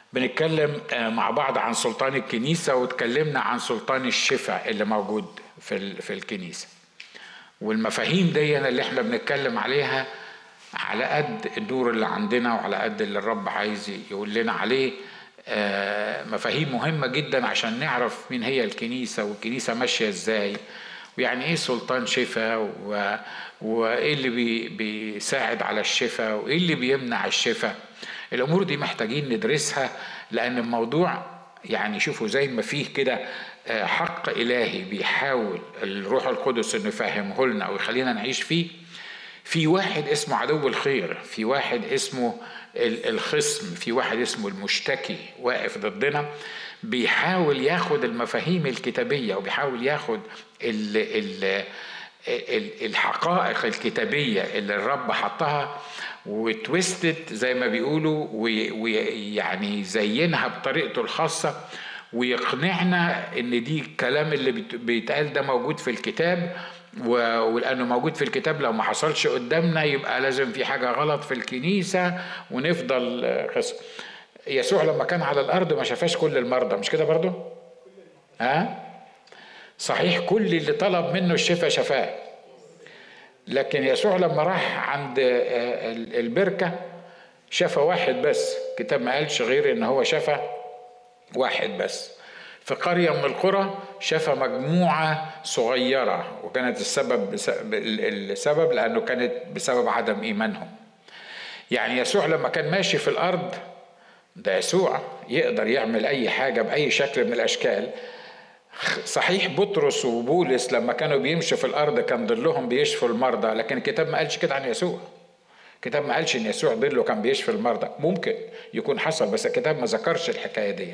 بنتكلم مع بعض عن سلطان الكنيسة، واتكلمنا عن سلطان الشفاء اللي موجود في الكنيسة. والمفاهيم دي اللي احنا بنتكلم عليها على قد الدور اللي عندنا وعلى قد اللي الرب عايز يقول لنا عليه. مفاهيم مهمة جدا عشان نعرف مين هي الكنيسة والكنيسة ماشية ازاي، ويعني ايه سلطان شفاء، وايه اللي بيساعد على الشفاء وايه اللي بيمنع الشفاء. الامور دي محتاجين ندرسها، لان الموضوع يعني شوفوا زي ما فيه كده حق الهي بيحاول الروح القدس انه يفهمه لنا ويخلينا نعيش فيه. في واحد اسمه عدو الخير، في واحد اسمه الخصم، في واحد اسمه المشتكي واقف ضدنا، بيحاول ياخد المفاهيم الكتابية وبيحاول ياخد الحقائق الكتابية اللي الرب حطها وتويستد زي ما بيقولوا، ويعني يزينها بطريقته الخاصة ويقنعنا ان دي الكلام اللي بيتقال ده موجود في الكتاب، ولأنه موجود في الكتاب لو ما حصلش قدامنا يبقى لازم في حاجة غلط في الكنيسة ونفضل قصة. يسوع لما كان على الأرض ما شافاش كل المرضى، مش كده برضو؟ صحيح كل اللي طلب منه الشفاء شفاه، لكن يسوع لما راح عند البركة شفى واحد بس. الكتاب ما قالش غير ان هو شفى واحد بس. في قرية من القرى شفى مجموعة صغيرة، وكانت السبب لأنه كانت بسبب عدم إيمانهم. يعني يسوع لما كان ماشي في الأرض، ده يسوع يقدر يعمل أي حاجة بأي شكل من الأشكال. صحيح بطرس وبولس لما كانوا بيمشوا في الأرض كان ضلهم بيشفوا المرضى، لكن الكتاب ما قالش كده عن يسوع. الكتاب ما قالش إن يسوع ضله كان بيشفي المرضى. ممكن يكون حصل بس الكتاب ما ذكرش الحكاية دي.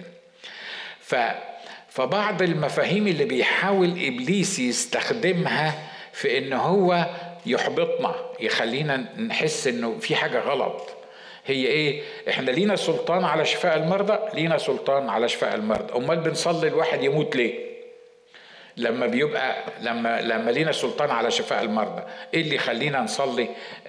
فبعض المفاهيم اللي بيحاول إبليس يستخدمها في إن هو يحبطنا، يخلينا نحس إنه في حاجة غلط. هي إيه؟ إحنا لينا سلطان على شفاء المرضى، لينا سلطان على شفاء المرضى. أمال بنصلي الواحد يموت ليه؟ لما لينا سلطان على شفاء المرضى، ايه اللي يخلينا نصلي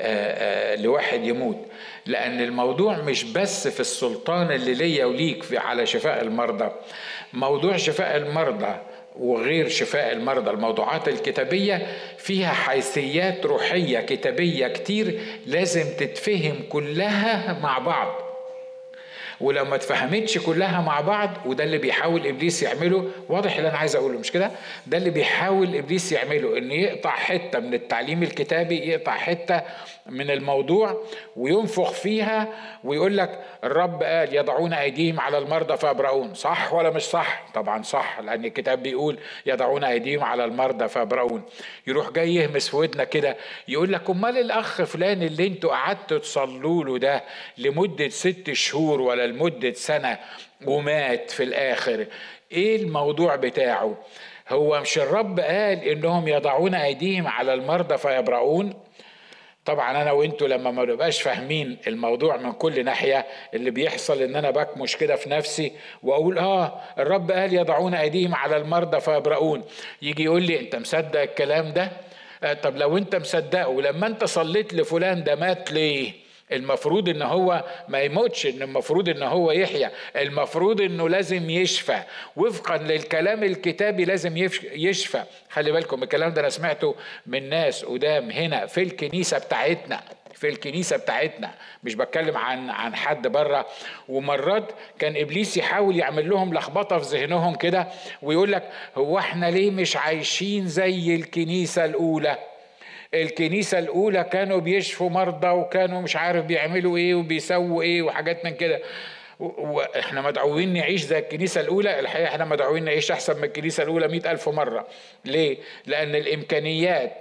لواحد يموت؟ لان الموضوع مش بس في السلطان اللي ليا وليك على شفاء المرضى. موضوع شفاء المرضى وغير شفاء المرضى، الموضوعات الكتابية فيها حيثيات روحية كتابية كتير لازم تتفهم كلها مع بعض. ولو ما اتفهمتش كلها مع بعض، وده اللي بيحاول إبليس يعمله. واضح اللي أنا عايز أقوله مش كده؟ ده اللي بيحاول إبليس يعمله، إن يقطع حتة من التعليم الكتابي، يقطع حتة من الموضوع وينفخ فيها ويقول لك الرب قال يضعون أيديهم على المرضى فيبرؤون. صح ولا مش صح؟ طبعا صح، لأن الكتاب بيقول يضعون أيديهم على المرضى فيبرؤون. يروح جاي يهمس في ودنا كده يقول لك أمال الأخ فلان اللي انتوا قعدتوا تصلوا له ده لمدة 6 شهور ولا لمدة سنة ومات في الآخر، ايه الموضوع بتاعه؟ هو مش الرب قال انهم يضعون ايديهم على المرضى فيبرؤون؟ طبعا انا وانتوا لما ما نبقاش فاهمين الموضوع من كل ناحية، اللي بيحصل ان انا بكمش كده في نفسي واقول الرب قال يضعون ايديهم على المرضى فيبرؤون. يجي يقول لي انت مصدق الكلام ده؟ طب لو انت مصدقه ولما انت صليت لفلان ده مات ليه؟ المفروض ان هو ما يموتش، ان المفروض ان هو يحيى، المفروض انه لازم يشفى وفقا للكلام الكتابي، لازم يشفى. خلي بالكم الكلام ده انا سمعته من ناس قدام هنا في الكنيسة بتاعتنا، في الكنيسة بتاعتنا، مش بتكلم عن حد بره. ومرات كان إبليس يحاول يعمل لهم لخبطة في ذهنهم كده ويقول لك هو احنا ليه مش عايشين زي الكنيسة الأولى؟ الكنيسة الأولى كانوا بيشفوا مرضى وكانوا مش عارف بيعملوا ايه وبيسووا ايه وحاجات من كده، واحنا مدعوين نعيش زي الكنيسة الأولى. الحقيقة احنا مدعوين نعيش أحسن من الكنيسة الأولى 100,000 مرة. ليه؟ لأن الإمكانيات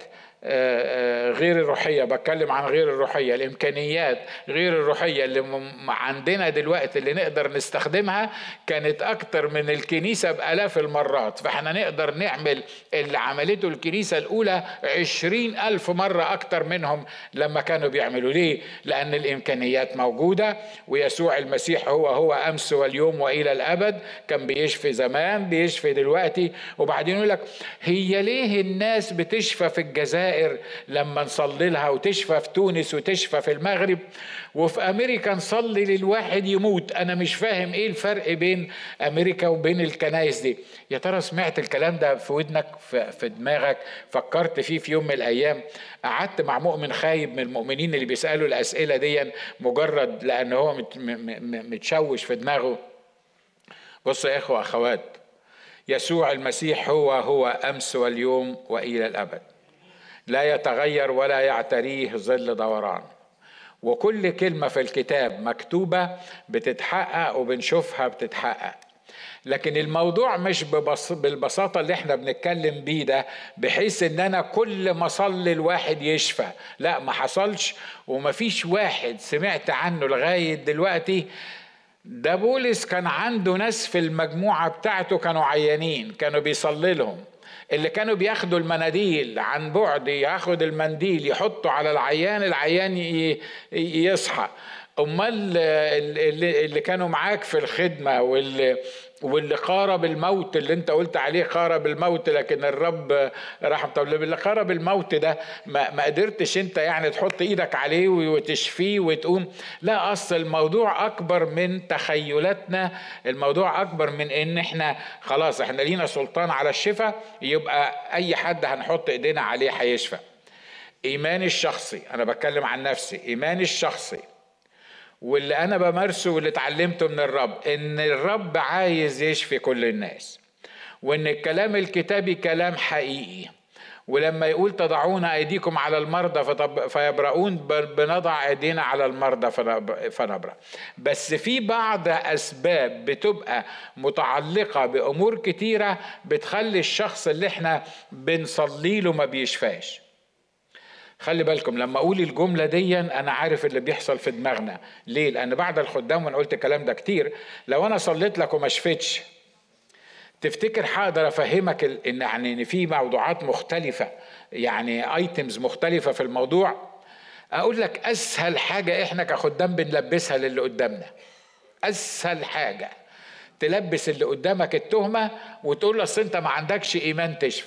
غير الروحية، بتكلم عن غير الروحية، الإمكانيات غير الروحية اللي عندنا دلوقتي اللي نقدر نستخدمها كانت أكتر من الكنيسة بآلاف المرات. فإحنا نقدر نعمل اللي عملته الكنيسة الأولى 20,000 مرة أكتر منهم لما كانوا بيعملوا. ليه؟ لأن الإمكانيات موجودة، ويسوع المسيح هو أمس واليوم وإلى الأبد. كان بيشفي زمان، بيشفي دلوقتي. وبعدين يقول لك هي ليه الناس بتشفى في الجزائر الجزائر لما نصلي لها وتشفى في تونس وتشفى في المغرب، وفي أمريكا نصلي للواحد يموت. أنا مش فاهم إيه الفرق بين أمريكا وبين الكنائس دي. يا ترى سمعت الكلام ده في ودنك، في دماغك، فكرت فيه في يوم من الأيام؟ قعدت مع مؤمن خايب من المؤمنين اللي بيسألوا الأسئلة دي مجرد لأن هو متشوش في دماغه؟ بصوا يا إخوة أخوات، يسوع المسيح هو أمس واليوم وإلى الأبد، لا يتغير ولا يعتريه ظل دوران، وكل كلمة في الكتاب مكتوبة بتتحقق وبنشوفها بتتحقق. لكن الموضوع مش بالبساطة اللي احنا بنتكلم بيه ده، بحيث ان انا كل ما اصلي الواحد يشفى. لا، ما حصلش، ومفيش واحد سمعت عنه لغاية دلوقتي. ده بولس كان عنده ناس في المجموعة بتاعته كانوا عيانين، كانوا بيصلي لهم، اللي كانوا بياخدوا المناديل عن بعد، ياخد المنديل يحطه على العيان يصحى. امال اللي كانوا معاك في الخدمة واللي قارب الموت، اللي انت قلت عليه قارب الموت لكن الرب رحم. طب اللي قارب الموت ده ما قدرتش انت يعني تحط ايدك عليه وتشفيه وتقوم؟ لا، اصل الموضوع اكبر من تخيلاتنا، الموضوع اكبر من ان احنا خلاص احنا لينا سلطان على الشفاء يبقى اي حد هنحط ايدينا عليه هيشفى. ايماني الشخصي، انا بتكلم عن نفسي، ايماني الشخصي واللي انا بمارسه واللي اتعلمته من الرب، ان الرب عايز يشفي كل الناس، وان الكلام الكتابي كلام حقيقي. ولما يقول تضعون ايديكم على المرضى فيبرؤون، بنضع ايدينا على المرضى فنبرأ. بس في بعض اسباب بتبقى متعلقة بامور كتيرة بتخلي الشخص اللي احنا بنصلي له ما بيشفاش. خلي بالكم لما اقول الجملة دي انا عارف اللي بيحصل في دماغنا ليه، لان بعد الخدام وانا قلت الكلام ده كتير، لو انا صليت لك وما شفتش تفتكر هقدر افهمك ان يعني ان في موضوعات مختلفة، يعني ايتمز مختلفة في الموضوع؟ اقول لك اسهل حاجة احنا كخدام بنلبسها للي قدامنا، اسهل حاجة تلبس اللي قدامك التهمة وتقول له اصل انت ما عندكش ايمان تشفى،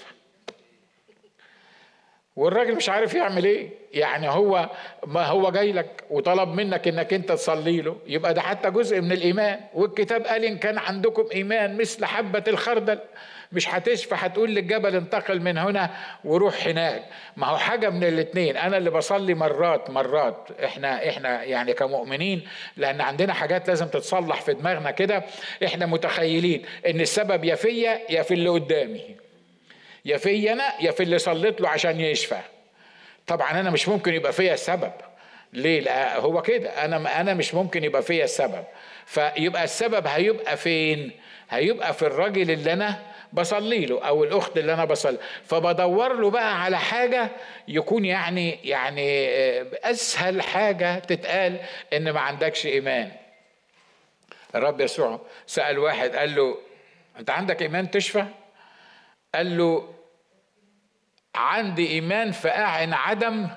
والراجل مش عارف يعمل ايه. يعني هو ما هو جاي لك وطلب منك انك انت تصلي له، يبقى ده حتى جزء من الايمان. والكتاب قال ان كان عندكم ايمان مثل حبة الخردل مش هتشفى، هتقول للجبل انتقل من هنا وروح هناك. ما هو حاجة من الاتنين، انا اللي بصلي مرات احنا يعني كمؤمنين، لان عندنا حاجات لازم تتصلح في دماغنا كده. احنا متخيلين ان السبب يا فيا يا في اللي قدامي، يا في انا يا في اللي صليت له عشان يشفى. طبعا انا مش ممكن يبقى فيا السبب. ليه؟ لا هو كده، انا مش ممكن يبقى فيا السبب. فيبقى السبب هيبقى فين؟ هيبقى في الراجل اللي انا بصلي له او الاخت اللي انا بصلي. فبدور له بقى على حاجه يكون يعني اسهل حاجه تتقال ان ما عندكش ايمان. الرب يسوع سأل واحد قال له انت عندك ايمان تشفى؟ قال له عندي ايمان فاعن عدم،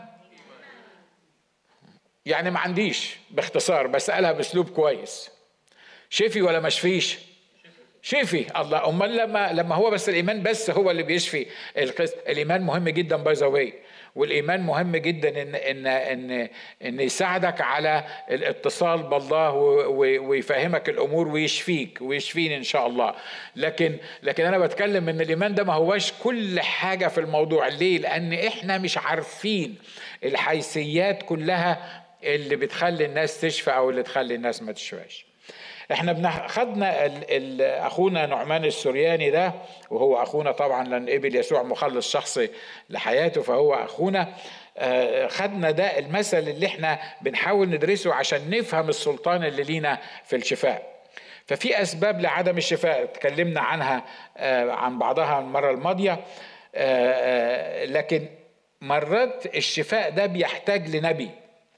يعني ما عنديش، باختصار، بس قالها باسلوب كويس. شفي ولا ما شفيش؟ شفي. الله، امال لما هو بس الايمان بس هو اللي بيشفي الايمان مهم جدا باي ذا واي، والايمان مهم جدا ان يساعدك على الاتصال بالله ويفهمك الامور ويشفيني ان شاء الله. لكن انا بتكلم ان الايمان ده ما هوش كل حاجه في الموضوع. ليه؟ لان احنا مش عارفين الحيثيات كلها اللي بتخلي الناس تشفى او اللي تخلي الناس ما تشفاش. احنا خدنا اخونا نعمان السورياني ده، وهو اخونا طبعا لان قبل يسوع مخلص شخصي لحياته فهو اخونا. خدنا ده المثل اللي احنا بنحاول ندرسه عشان نفهم السلطان اللي لينا في الشفاء. ففي اسباب لعدم الشفاء اتكلمنا عنها عن بعضها المرة الماضية، لكن مرات الشفاء ده بيحتاج لنبي.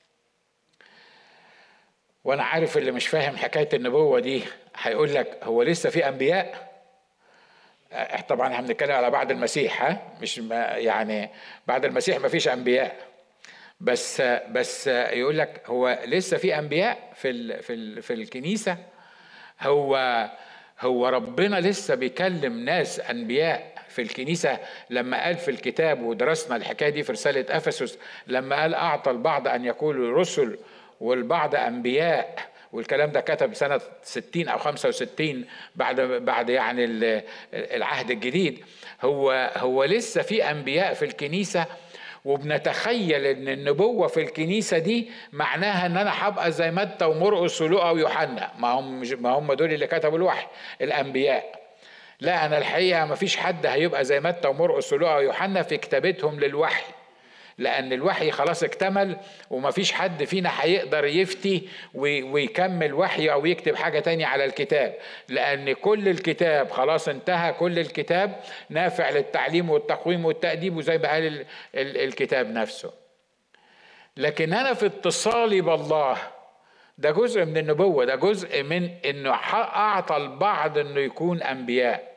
وانا عارف اللي مش فاهم حكاية النبوة دي هيقول لك هو لسه في انبياء؟ طبعا هنتكلم على بعد المسيح، مش يعني بعد المسيح ما فيش انبياء، بس يقول لك هو لسه في انبياء في الكنيسة. هو ربنا لسه بيكلم ناس انبياء في الكنيسة لما قال في الكتاب، ودرسنا الحكاية دي في رسالة أفسس، لما قال أعطى البعض أن يكونوا رسل والبعض أنبياء، والكلام ده كتب سنة 60 أو 65 بعد يعني العهد الجديد. هو لسه في أنبياء في الكنيسة، وبنتخيل ان النبوة في الكنيسة دي معناها ان انا هبقى زي متى ومرقس ولوقا ويوحنا، ما هم دول اللي كتبوا الوحي الانبياء. لا، انا الحقيقة ما فيش حد هيبقى زي متى ومرقس ولوقا ويوحنا في كتابتهم للوحي، لأن الوحي خلاص اكتمل، وما فيش حد فينا هيقدر يفتي ويكمل وحي أو يكتب حاجة تانية على الكتاب، لأن كل الكتاب خلاص انتهى. كل الكتاب نافع للتعليم والتقويم والتأديب، وزي ما قال الكتاب نفسه. لكن أنا في اتصالي بالله، ده جزء من النبوة، ده جزء من إنه أعطى البعض إنه يكون أنبياء.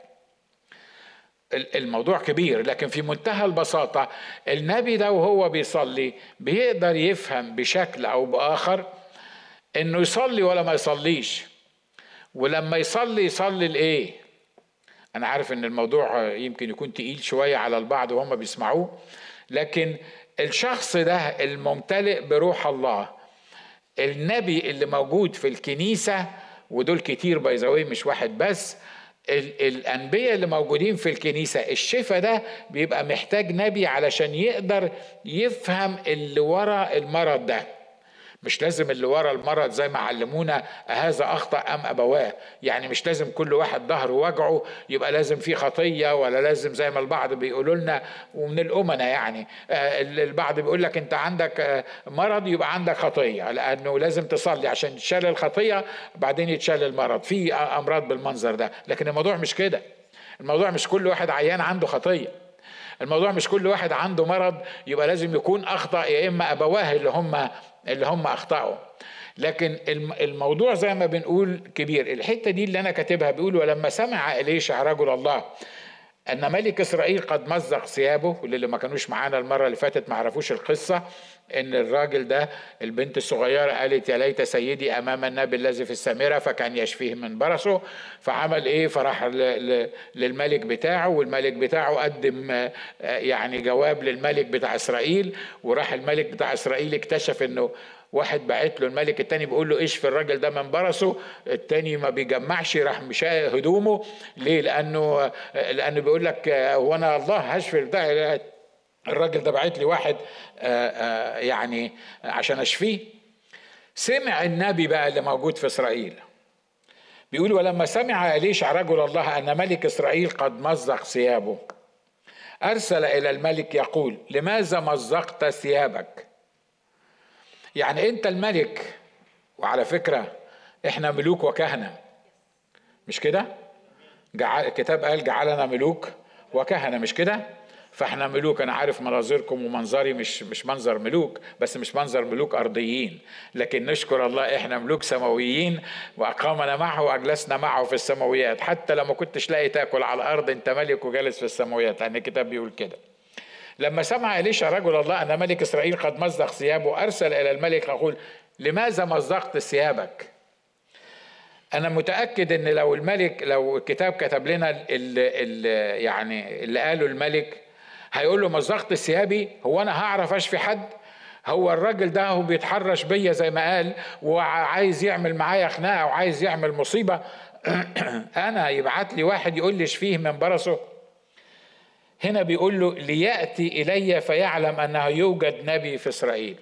الموضوع كبير، لكن في منتهى البساطة النبي ده وهو بيصلي بيقدر يفهم بشكل أو بآخر إنه يصلي ولا ما يصليش، ولما يصلي لإيه. أنا عارف إن الموضوع يمكن يكون تقيل شوية على البعض وهم بيسمعوه، لكن الشخص ده الممتلئ بروح الله، النبي اللي موجود في الكنيسة، ودول كتير بايزاوي مش واحد بس، الأنبياء اللي موجودين في الكنيسة، الشفاء ده بيبقى محتاج نبي علشان يقدر يفهم اللي ورا المرض ده. مش لازم اللي ورا المرض زي ما علمونا هذا أخطأ أم أبواه، يعني مش لازم كل واحد ظهره وجعه يبقى لازم فيه خطية، ولا لازم زي ما البعض بيقولوا لنا ومن الأمنة يعني البعض بيقول لك أنت عندك مرض يبقى عندك خطية، لأنه لازم تصلي عشان تشال الخطية بعدين يتشال المرض. في أمراض بالمنظر ده، لكن الموضوع مش كده. الموضوع مش كل واحد عيان عنده خطية، الموضوع مش كل واحد عنده مرض يبقى لازم يكون أخطأ يا إما أبواه اللي هم أخطأوا. لكن الموضوع زي ما بنقول كبير. الحتة دي اللي أنا كاتبها بيقول: ولما سمع إليشع رجل الله أن ملك إسرائيل قد مزق ثيابه، واللي ما كانوش معانا المرة اللي فاتت ما عرفوش القصة، إن الراجل ده البنت الصغيرة قالت يا ليت سيدي أمام النبي الذي في السامرة فكان يشفيه من برصه. فعمل إيه؟ فراح للملك بتاعه، والملك بتاعه قدم يعني جواب للملك بتاع إسرائيل، وراح الملك بتاع إسرائيل اكتشف إنه واحد بعت له الملك التاني بيقول له اشفي الراجل ده من برصه، التاني ما بيجمعش، راح مشاه هدومه. ليه؟ لأنه بيقول لك هو أنا الله هشفي ده، الراجل ده بعت لي واحد يعني عشان أشفيه. سمع النبي بقى اللي موجود في إسرائيل بيقول: ولما سمع إليشع رجل الله أن ملك إسرائيل قد مزق ثيابه أرسل إلى الملك يقول: لماذا مزقت ثيابك؟ يعني أنت الملك، وعلى فكرة إحنا ملوك وكهنة، مش كده؟ الكتاب قال جعلنا ملوك وكهنة، مش كده؟ فاحنا ملوك. انا عارف مناظركم ومنظري مش منظر ملوك، بس مش منظر ملوك ارضيين، لكن نشكر الله احنا ملوك سماويين، واقامنا معه واجلسنا معه في السماويات. حتى لو ما كنتش لاقي تاكل على الارض انت ملك وجالس في السماويات، لان الكتاب بيقول كده. لما سمع إليشع رجل الله أن ملك إسرائيل قد مزق ثيابه أرسل إلى الملك يقول: لماذا مزقت ثيابك؟ أنا متأكد إن لو الكتاب كتب لنا يعني اللي قاله الملك، هيقول له مزقت ثيابي؟ هو أنا هعرف أشفي حد؟ هو الراجل ده هو بيتحرش بيا زي ما قال، وعايز يعمل معايا خناقة وعايز يعمل مصيبة، أنا يبعت لي واحد يقول لي اشفيه من برصه؟ هنا بيقول له: ليأتي إلي فيعلم أنه يوجد نبي في إسرائيل.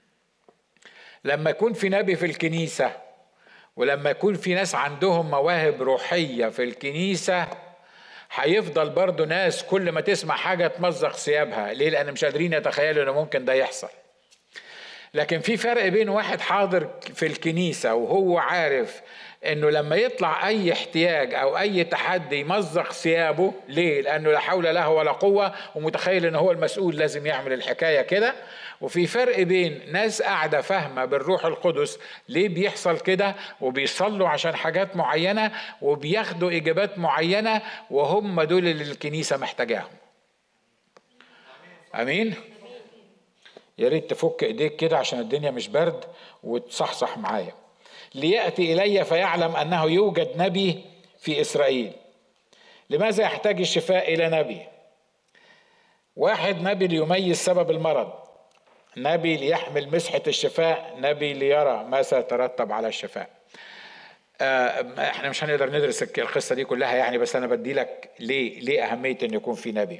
لما يكون في نبي في الكنيسة، ولما يكون في ناس عندهم مواهب روحية في الكنيسة، هيفضل برضو ناس كل ما تسمع حاجة تمزق ثيابها. ليه؟ لأن مش قادرين يتخيلوا أنه ممكن ده يحصل. لكن في فرق بين واحد حاضر في الكنيسة وهو عارف انه لما يطلع اي احتياج او اي تحدي يمزق ثيابه. ليه؟ لانه لا حول له ولا قوة، ومتخيل انه هو المسؤول لازم يعمل الحكاية كده. وفي فرق بين ناس قاعدة فاهمة بالروح القدس ليه بيحصل كده، وبيصلوا عشان حاجات معينة وبياخدوا اجابات معينة، وهم دول اللي الكنيسة محتاجاهم. امين. يا ريت تفك ايديك كده عشان الدنيا مش برد وتصحصح معايا. ليأتي إلي فيعلم أنه يوجد نبي في إسرائيل. لماذا يحتاج الشفاء إلى نبي؟ واحد، نبي ليميز سبب المرض، نبي ليحمل مسحة الشفاء، نبي ليرى ما سيترتب على الشفاء. احنا مش هنقدر ندرس القصة دي كلها يعني، بس انا بدي لك ليه اهمية ان يكون في نبي.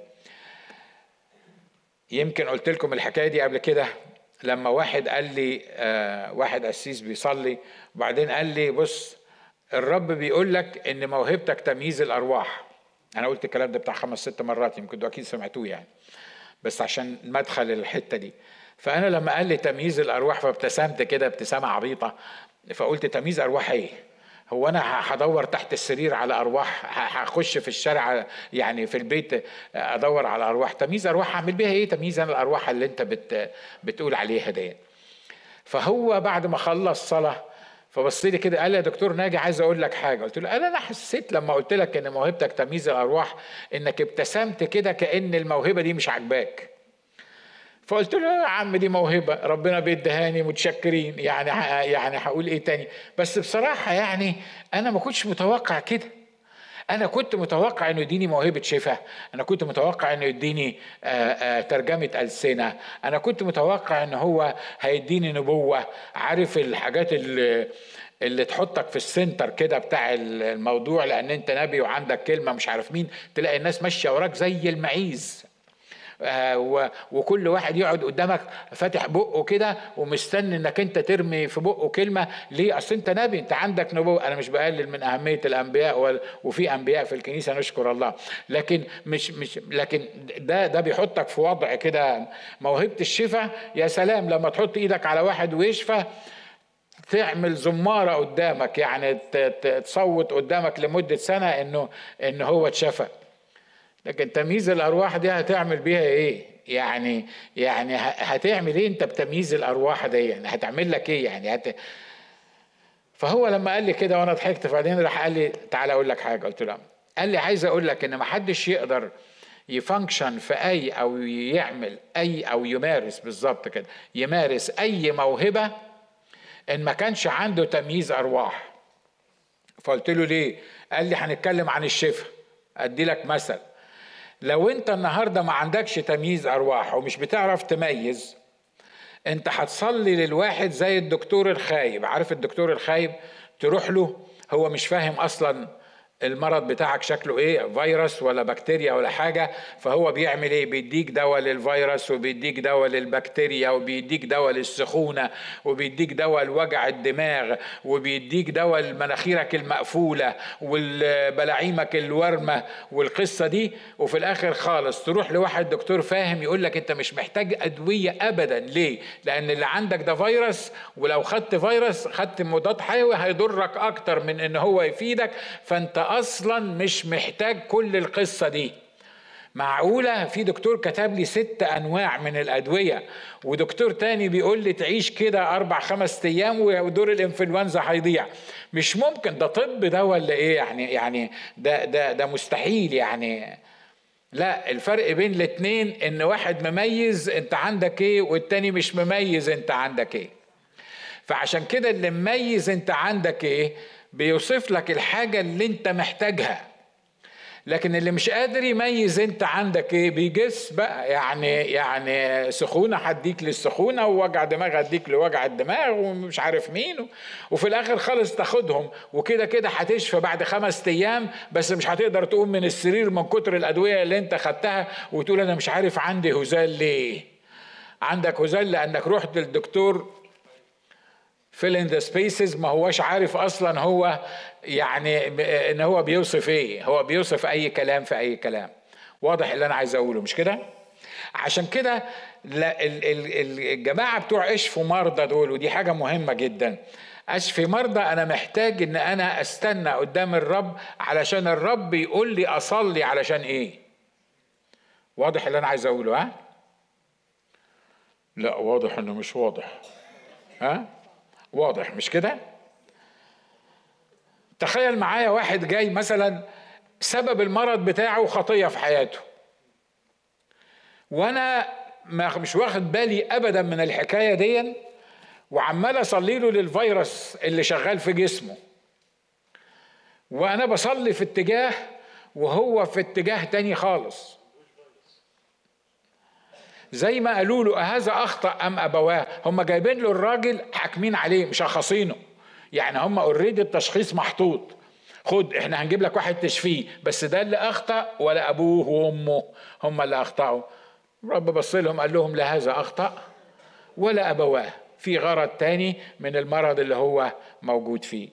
يمكن قلت لكم الحكاية دي قبل كده، لما واحد قال لي واحد قسيس بيصلي وبعدين قال لي بص الرب بيقول لك ان موهبتك تمييز الارواح. انا قلت الكلام ده بتاع 5-6 مرات، يمكن اكيد سمعتوه يعني، بس عشان مدخل الحتة دي. فانا لما قال لي تمييز الارواح فابتسمت كده ابتسامة عبيطة، فقلت تمييز ارواح ايه؟ هو انا هدور تحت السرير على ارواح؟ هخش في الشارع يعني في البيت ادور على ارواح؟ تمييز ارواح هعمل بيها ايه؟ تمييز انا الارواح اللي انت بتقول عليها دي. فهو بعد ما خلص صلاة فبص لي كده قال لي يا دكتور ناجي عايز اقول لك حاجه. قلت له انا حسيت لما قلت لك ان موهبتك تمييز الارواح انك ابتسمت كده كأن الموهبه دي مش عاجباك. فقلت له يا عم دي موهبه ربنا بيدهاني متشكرين، يعني هقول ايه تاني؟ بس بصراحه يعني انا ما كنتش متوقع كده. انا كنت متوقع انه يديني موهبه شفاء، انا كنت متوقع انه يديني ترجمه ألسنة، انا كنت متوقع ان هو هيديني نبوه. عارف الحاجات اللي تحطك في السنتر كده بتاع الموضوع، لان انت نبي وعندك كلمه مش عارف مين، تلاقي الناس ماشيه وراك زي المعيز، وكل واحد يقعد قدامك فاتح بقه كده ومستني انك انت ترمي في بقه كلمه. ليه؟ اصل انت نبي، انت عندك نبوه. انا مش بقلل من اهميه الانبياء، وفي انبياء في الكنيسه نشكر الله، لكن لكن ده بيحطك في وضع كده. موهبه الشفاء يا سلام لما تحط ايدك على واحد ويشفى، تعمل زماره قدامك، يعني تصوت قدامك لمده سنه انه هو اتشفى. لكن تمييز الارواح دي هتعمل بيها ايه؟ يعني هتعمل ايه انت بتمييز الارواح دي؟ يعني هتعمل لك ايه يعني فهو لما قال لي كده وانا ضحكت، بعدين راح قال لي تعالى اقول لك حاجه. قلت له قال لي عايز اقول لك ان ما حدش يقدر يفانكشن في اي او يعمل اي او يمارس، بالظبط كده، يمارس اي موهبه ان ما كانش عنده تمييز ارواح. فقلت له ليه؟ قال لي هنتكلم عن الشفاء. ادي لك مثل، لو انت النهاردة ما عندكش تمييز ارواح ومش بتعرف تميز، انت هتصلي للواحد زي الدكتور الخايب. عارف الدكتور الخايب؟ تروح له هو مش فاهم اصلا المرض بتاعك شكله ايه، فيروس ولا بكتيريا ولا حاجة، فهو بيعمل ايه؟ بيديك دواء للفيروس وبيديك دواء للبكتيريا وبيديك دواء للسخونة وبيديك دواء لوجع الدماغ وبيديك دواء لمناخيرك المقفولة والبلاعيمك الورمة والقصة دي. وفي الاخر خالص تروح لواحد دكتور فاهم يقول لك انت مش محتاج ادوية ابدا. ليه؟ لان اللي عندك ده فيروس، ولو خدت فيروس خدت مضاد حيوي هيضرك اكتر من ان هو يفيدك، فانت اصلا مش محتاج كل القصة دي. معقولة في دكتور كتب لي 6 أنواع من الأدوية، ودكتور تاني بيقول لي تعيش كده 4-5 أيام ودور الإنفلونزا هيضيع؟ مش ممكن. ده طب ده ولا إيه يعني ده مستحيل يعني. لا، الفرق بين الاتنين إن واحد مميز أنت عندك إيه، والتاني مش مميز أنت عندك إيه. فعشان كده اللي مميز أنت عندك إيه بيوصف لك الحاجة اللي أنت محتاجها، لكن اللي مش قادر يميز انت عندك ايه بيجس بقى، يعني سخونة هديك للسخونة ووجع دماغ هديك لوجع الدماغ ومش عارف مين، وفي الاخر خالص تاخدهم وكده كده هتشفى بعد 5 ايام، بس مش هتقدر تقوم من السرير من كتر الادوية اللي انت خدتها، وتقول انا مش عارف عندي هزال. ليه عندك هزال؟ لانك رحت للدكتور fill in the spaces، ما هوش عارف اصلا هو يعني ان هو بيوصف ايه، هو بيوصف اي كلام في اي كلام. واضح اللي انا عايز اقوله مش كده؟ عشان كده الجماعة بتوع اشفوا مرضى دول، ودي حاجة مهمة جدا، اشفي مرضى انا محتاج ان انا استنى قدام الرب علشان الرب يقول لي اصلي علشان ايه. واضح اللي انا عايز اقوله؟ ها؟ لا واضح انه مش واضح. ها؟ واضح مش كده؟ تخيل معايا واحد جاي مثلا سبب المرض بتاعه خطية في حياته، وانا مش واخد بالي ابدا من الحكاية دي، وعمال اصلي له للفيروس اللي شغال في جسمه، وانا بصلي في اتجاه وهو في اتجاه تاني خالص. زي ما قالوا له أهذا أخطأ أم أبواه، هم جايبين له الراجل حاكمين عليه مش هخصينه، يعني هم اوريدي التشخيص محطوط، خد احنا هنجيب لك واحد تشفيه، بس ده اللي أخطأ ولا أبوه وأمه هم اللي أخطأوا؟ رب بص لهم قال لهم لا هذا أخطأ ولا أبواه، في غرض تاني من المرض اللي هو موجود فيه.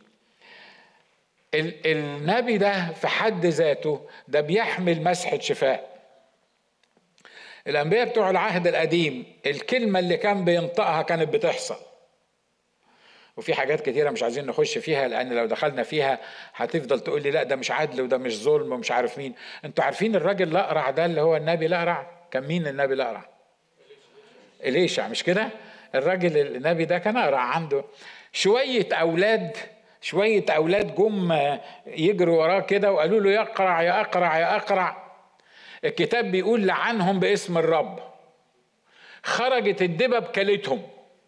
النبي ده في حد ذاته ده بيحمل مسحة شفاء. الأنبياء بتوع العهد القديم الكلمة اللي كان بينطقها كانت بتحصل. وفي حاجات كتيرة مش عايزين نخش فيها، لأن لو دخلنا فيها هتفضل تقول لي لا ده مش عدل وده مش ظلم ومش عارف مين. انتوا عارفين الراجل الأقرع ده اللي هو النبي الأقرع كان مين؟ النبي الأقرع إليشع، مش كده؟ الراجل النبي ده كان أقرع، عنده شوية أولاد جم يجروا وراه كده وقالوا له يا أقرع يا أقرع يا أقرع. الكتاب بيقول لعنهم باسم الرب، خرجت الدبب كلتهم.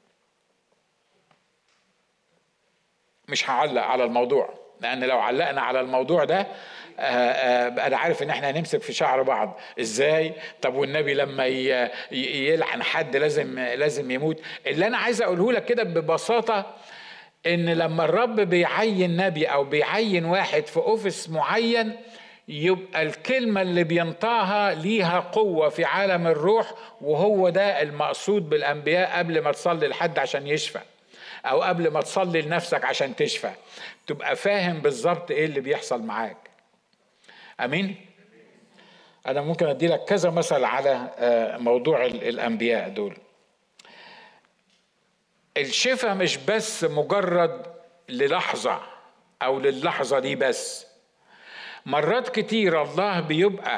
مش هعلق على الموضوع، لأن لو علقنا على الموضوع ده أنا عارف إن إحنا هنمسك في شعر بعض. إزاي؟ طب والنبي لما يلعن حد لازم يموت؟ اللي أنا عايز أقوله لك كده ببساطة إن لما الرب بيعين نبي أو بيعين واحد في أوفيس معين، يبقى الكلمة اللي بينطقها ليها قوة في عالم الروح، وهو ده المقصود بالأنبياء. قبل ما تصلي لحد عشان يشفى أو قبل ما تصلي لنفسك عشان تشفى، تبقى فاهم بالظبط إيه اللي بيحصل معاك. أمين؟ أنا ممكن أدي لك كذا مثل على موضوع الأنبياء دول. الشفاء مش بس مجرد للحظة أو للحظة دي بس. مرات كتير الله بيبقى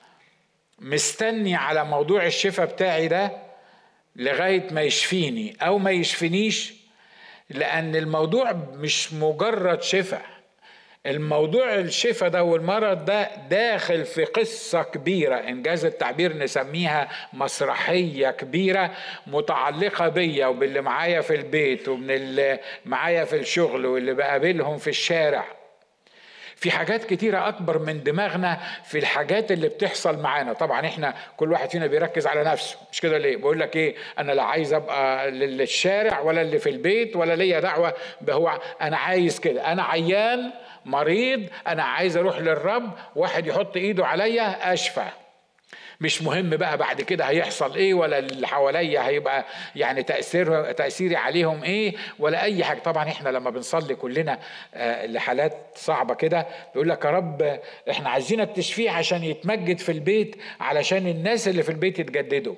مستني على موضوع الشفاء بتاعي ده لغاية ما يشفيني أو ما يشفنيش، لأن الموضوع مش مجرد شفاء. الموضوع الشفاء ده والمرض ده داخل في قصة كبيرة، إنجاز التعبير نسميها مسرحية كبيرة متعلقة بيا وباللي معايا في البيت ومن اللي معايا في الشغل واللي بقابلهم في الشارع. في حاجات كتيرة أكبر من دماغنا في الحاجات اللي بتحصل معانا. طبعا إحنا كل واحد فينا بيركز على نفسه، مش كده ليه؟ بقول لك إيه، أنا لا عايز أبقى للشارع ولا اللي في البيت ولا ليا دعوة، هو أنا عايز كده، أنا عيان مريض، أنا عايز أروح للرب، واحد يحط إيده عليا أشفى. مش مهم بقى بعد كده هيحصل ايه ولا اللي حواليا هيبقى يعني تأثيري عليهم ايه ولا اي حاجة. طبعا احنا لما بنصلي كلنا لحالات صعبة كده بيقول لك يا رب احنا عايزينك تشفيه عشان يتمجد في البيت، علشان الناس اللي في البيت يتجددوا.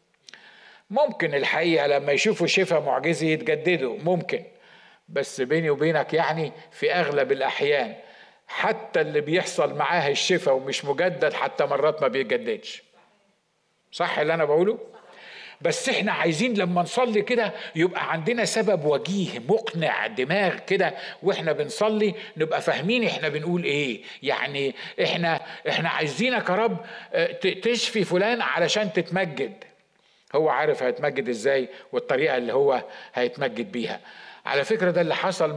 ممكن الحقيقة لما يشوفوا شفاء معجزي يتجددوا، ممكن، بس بيني وبينك يعني في اغلب الاحيان حتى اللي بيحصل معاه الشفاء ومش مجدد حتى مرات ما بيجددش. صح اللي انا بقوله؟ بس احنا عايزين لما نصلي كده يبقى عندنا سبب وجيه مقنع دماغ كده، واحنا بنصلي نبقى فاهمين احنا بنقول ايه. يعني احنا عايزينك يا رب تشفي فلان علشان تتمجد. هو عارف هيتمجد ازاي والطريقة اللي هو هيتمجد بيها. على فكرة ده اللي حصل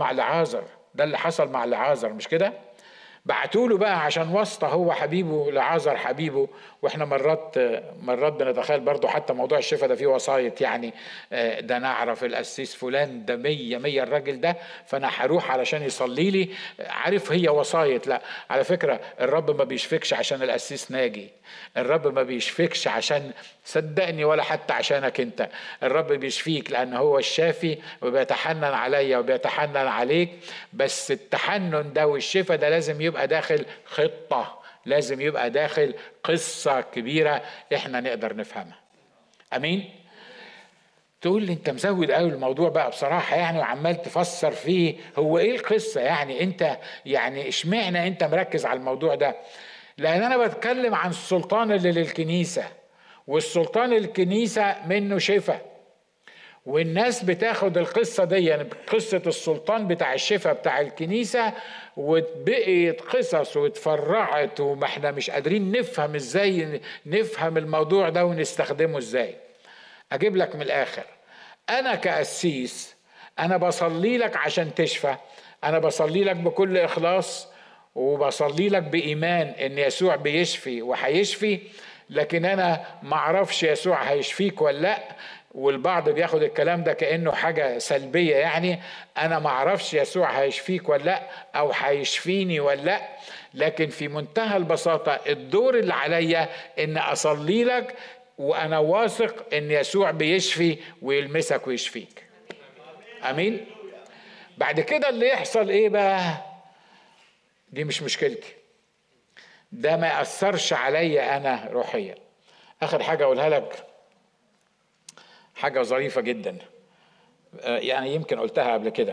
مع لعازر، مش كده؟ بعتوله بقى عشان واسطة، هو حبيبه لعازر حبيبه. واحنا مرات بنتخيل برضو حتى موضوع الشفاء ده فيه وسايط، يعني ده نعرف القسيس فلان ده 100 الراجل ده، فانا هروح علشان يصلي لي. عارف هي وسايط. لا، على فكرة الرب ما بيشفكش عشان القسيس ناجي، الرب ما بيشفكش عشان صدقني ولا حتى عشانك انت. الرب بيشفيك لان هو الشافي وبيتحنن عليا وبيتحنن عليك. بس التحنن ده والشفاء ده لازم يبقى داخل خطة، لازم يبقى داخل قصة كبيرة احنا نقدر نفهمها. امين؟ تقول لي انت مزود قوي الموضوع بقى بصراحة يعني وعمال تفسر فيه، هو ايه القصة يعني؟ انت يعني اشمعنى انت مركز على الموضوع ده؟ لان انا بتكلم عن السلطان اللي للكنيسة، والسلطان الكنيسة منه شفاء، والناس بتاخد القصة دي يعني قصة السلطان بتاع الشفاء بتاع الكنيسة وبقيت قصص واتفرعت، وما احنا مش قادرين نفهم ازاي نفهم الموضوع ده ونستخدمه ازاي. اجيب لك من الاخر، انا كأسيس انا بصلي لك عشان تشفى، انا بصلي لك بكل اخلاص وبصلي لك بإيمان إن يسوع بيشفي وهيشفي، لكن أنا معرفش يسوع هيشفيك ولا لأ. والبعض بياخد الكلام ده كأنه حاجة سلبية، يعني أنا معرفش يسوع هيشفيك ولا لأ أو هيشفيني ولا لأ. لكن في منتهى البساطة الدور اللي عليا إن أصلي لك وأنا واثق إن يسوع بيشفي ويلمسك ويشفيك. أمين. بعد كده اللي يحصل إيه بقى؟ دي مش مشكلتي، ده ما يأثرش عليا أنا روحيا. آخر حاجة أقولها لك حاجة ظريفة جدا، يعني يمكن قلتها قبل كده.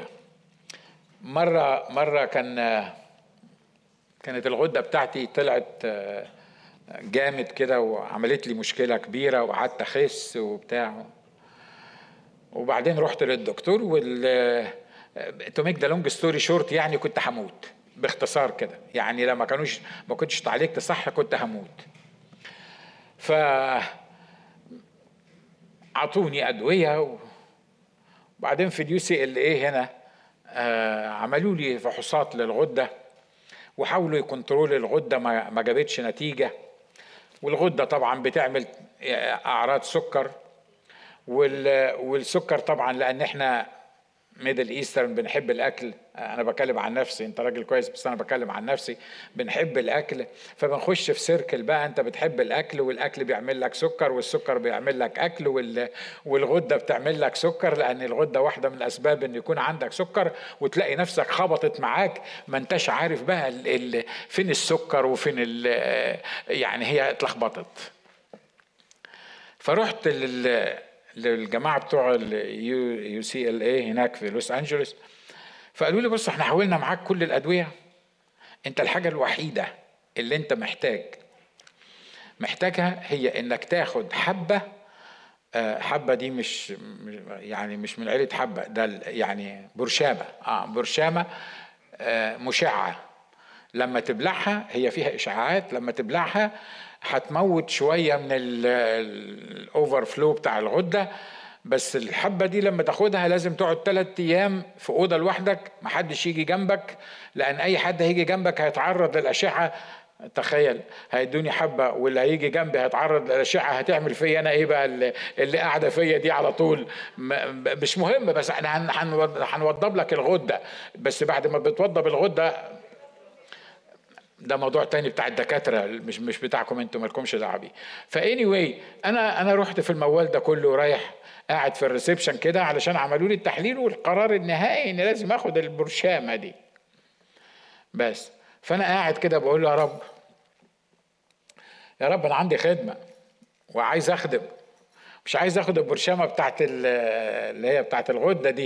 مرة كانت الغدة بتاعتي طلعت جامد كده وعملت لي مشكلة كبيرة وقعدت أخس وبتاع، وبعدين رحت للدكتور تو ميك ذا لونج ستوري شورت، يعني كنت هموت باختصار كده، يعني لما ما كنتش اتعالجت صح كنت هموت. عطوني أدوية، وبعدين في UCLA هنا عملوا لي فحوصات للغدة وحاولوا يكنترول الغدة، ما جابتش نتيجة. والغدة طبعا بتعمل أعراض سكر، والسكر طبعا لأن احنا ميدل ايسترن بنحب الاكل. انا بكلم عن نفسي، انت راجل كويس بس انا بكلم عن نفسي، بنحب الاكل، فبنخش في سيركل بقى. انت بتحب الاكل والاكل بيعمل لك سكر والسكر بيعمل لك اكل والغده بتعمل لك سكر، لان الغده واحده من الاسباب ان يكون عندك سكر، وتلاقي نفسك خبطت معاك ما انتش عارف بقى فين السكر وفين يعني هي اتلخبطت. فرحت للجماعة بتوع UCLA هناك في لوس أنجلوس، فقالوا لي بص احنا حاولنا معاك كل الأدوية، انت الحاجة الوحيدة اللي انت محتاجها هي انك تاخد حبة دي مش يعني مش من عيلة حبة، ده يعني برشامة مشعة. لما تبلعها، هي فيها إشعاعات، لما تبلعها هتموت شوية من الأوفر فلو بتاع الغدة. بس الحبة دي لما تاخدها لازم تقعد 3 أيام في أوضة لوحدك، محدش يجي جنبك، لأن أي حد هيجي جنبك هيتعرض للأشعة. تخيل هيدوني حبة واللي هيجي جنبي هيتعرض للأشعة، هتعمل فيا أنا إيه بقى اللي قاعدة فيا دي على طول؟ مش مهم، بس احنا هنوضب لك الغدة، بس بعد ما بتوضب الغدة ده موضوع تاني بتاع الدكاترة، مش بتاعكم انتوا، مالكمش دعوه بيه. فاني واي انا رحت في الموال ده كله، رايح قاعد في الريسبشن كده علشان عملوا لي التحليل والقرار النهائي ان لازم اخد البرشامه دي بس. فانا قاعد كده بقول له يا رب انا عندي خدمه وعايز اخدم، مش عايز اخد البرشامه بتاعت اللي هي بتاعت الغده دي.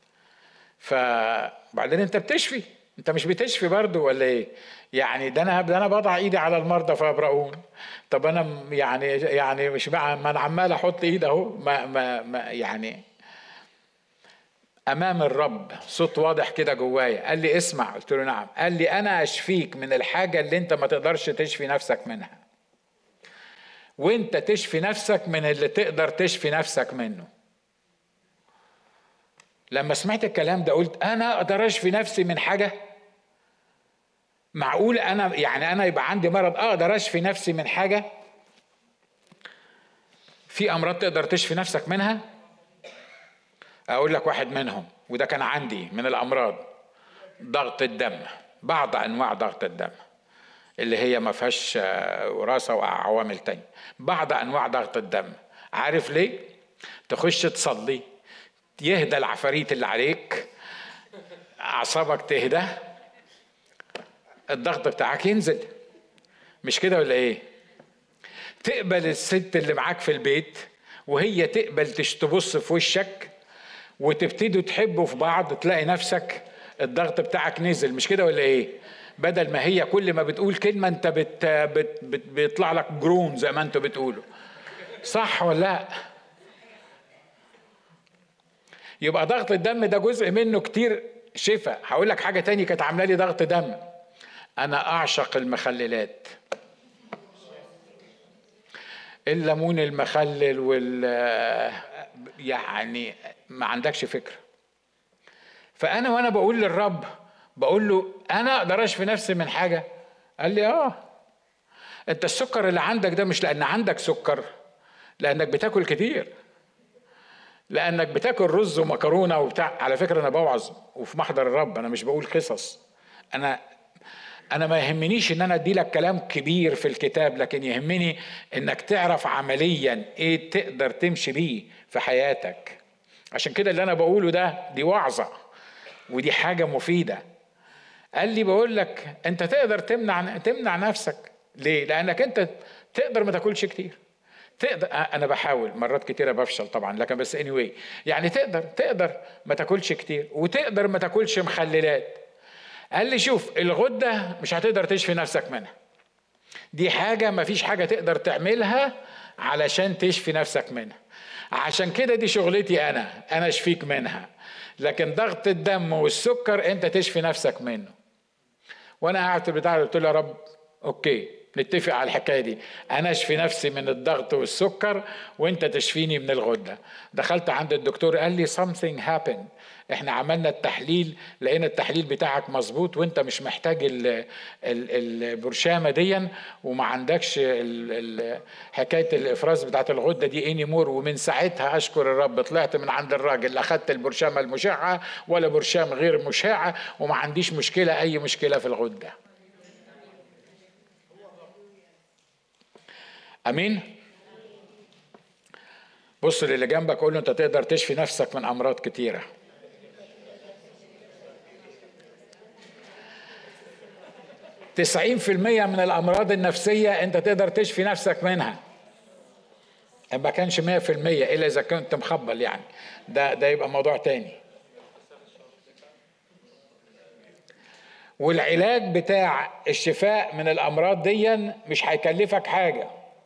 فبعدين انت بتشفي، انت مش بتشفي برضو ولا ايه؟ يعني ده انا بضع ايدي على المرضى فيبرؤون. طب انا يعني مش بقى ما انا عمال احط ايد اهو، ما يعني امام الرب صوت واضح كده جوايا قال لي اسمع. قلت له نعم. قال لي انا اشفيك من الحاجه اللي انت ما تقدرش تشفي نفسك منها، وانت تشفي نفسك من اللي تقدر تشفي نفسك منه. لما سمعت الكلام ده قلت انا اقدر اشفي نفسي من حاجه؟ معقول انا يبقى عندي مرض اقدر اشفي نفسي من حاجه؟ في امراض تقدر تشفي نفسك منها. اقول لك واحد منهم، وده كان عندي من الامراض، ضغط الدم. بعض انواع ضغط الدم اللي هي ما فيهاش وراثه وعوامل تانية. بعض انواع ضغط الدم، عارف ليه؟ تخش تصلي يهدى العفاريت اللي عليك، اعصابك تهدى، الضغط بتاعك ينزل. مش كده ولا ايه؟ تقبل الست اللي معاك في البيت وهي تقبل تبص في وشك وتبتدوا تحبوا في بعض، تلاقي نفسك الضغط بتاعك نزل. مش كده ولا ايه؟ بدل ما هي كل ما بتقول كلمة انت بيطلع لك جرون زي ما انتوا بتقولوا. صح ولا لا؟ يبقى ضغط الدم ده جزء منه كتير شفاء. هقول لك حاجة تاني كانت عاملة لي ضغط دم، انا اعشق المخللات، الليمون المخلل يعني ما عندكش فكرة. فانا وانا بقول للرب بقول له انا اقدر اشفي نفسي من حاجه؟ قال لي انت السكر اللي عندك ده مش لان عندك سكر، لانك بتاكل كتير، لانك بتاكل رز ومكرونه وبتاع. على فكره انا بوعظ وفي محضر الرب، انا مش بقول قصص. انا ما يهمنيش ان انا ادي لك كلام كبير في الكتاب، لكن يهمني انك تعرف عمليا ايه تقدر تمشي بيه في حياتك. عشان كده اللي انا بقوله ده دي وعظه ودي حاجه مفيده. قال لي بقول لك انت تقدر تمنع نفسك. ليه؟ لانك انت تقدر ما تاكلش كتير. تقدر، انا بحاول مرات كتيره بفشل طبعا، لكن بس anyway يعني تقدر ما تاكلش كتير، وتقدر ما تاكلش مخللات. قال لي شوف، الغده مش هتقدر تشفي نفسك منها، دي حاجه ما فيش حاجه تقدر تعملها علشان تشفي نفسك منها. عشان كده دي شغلتي، انا اشفيك منها. لكن ضغط الدم والسكر انت تشفي نفسك منه. وانا قاعد في البتاع قلت له يا رب اوكي، نتفق على الحكايه دي، انا اشفي نفسي من الضغط والسكر وانت تشفيني من الغده. دخلت عند الدكتور قال لي something happened، احنا عملنا التحليل لقينا التحليل بتاعك مظبوط، وانت مش محتاج البرشامه دي، وما عندكش حكايه الافراز بتاعت الغده دي اني مور. ومن ساعتها اشكر الرب طلعت من عند الراجل اخدت البرشامه المشعه ولا برشام غير مشعه، وما عنديش مشكله، اي مشكله في الغده. امين. بص للي جنبك قول له انت تقدر تشفي نفسك من امراض كتيره. 90% من الامراض النفسيه انت تقدر تشفي نفسك منها، ما كانش 100% الا اذا كنت مخبل يعني، ده يبقى موضوع تاني. والعلاج بتاع الشفاء من الامراض دي مش هيكلفك حاجه،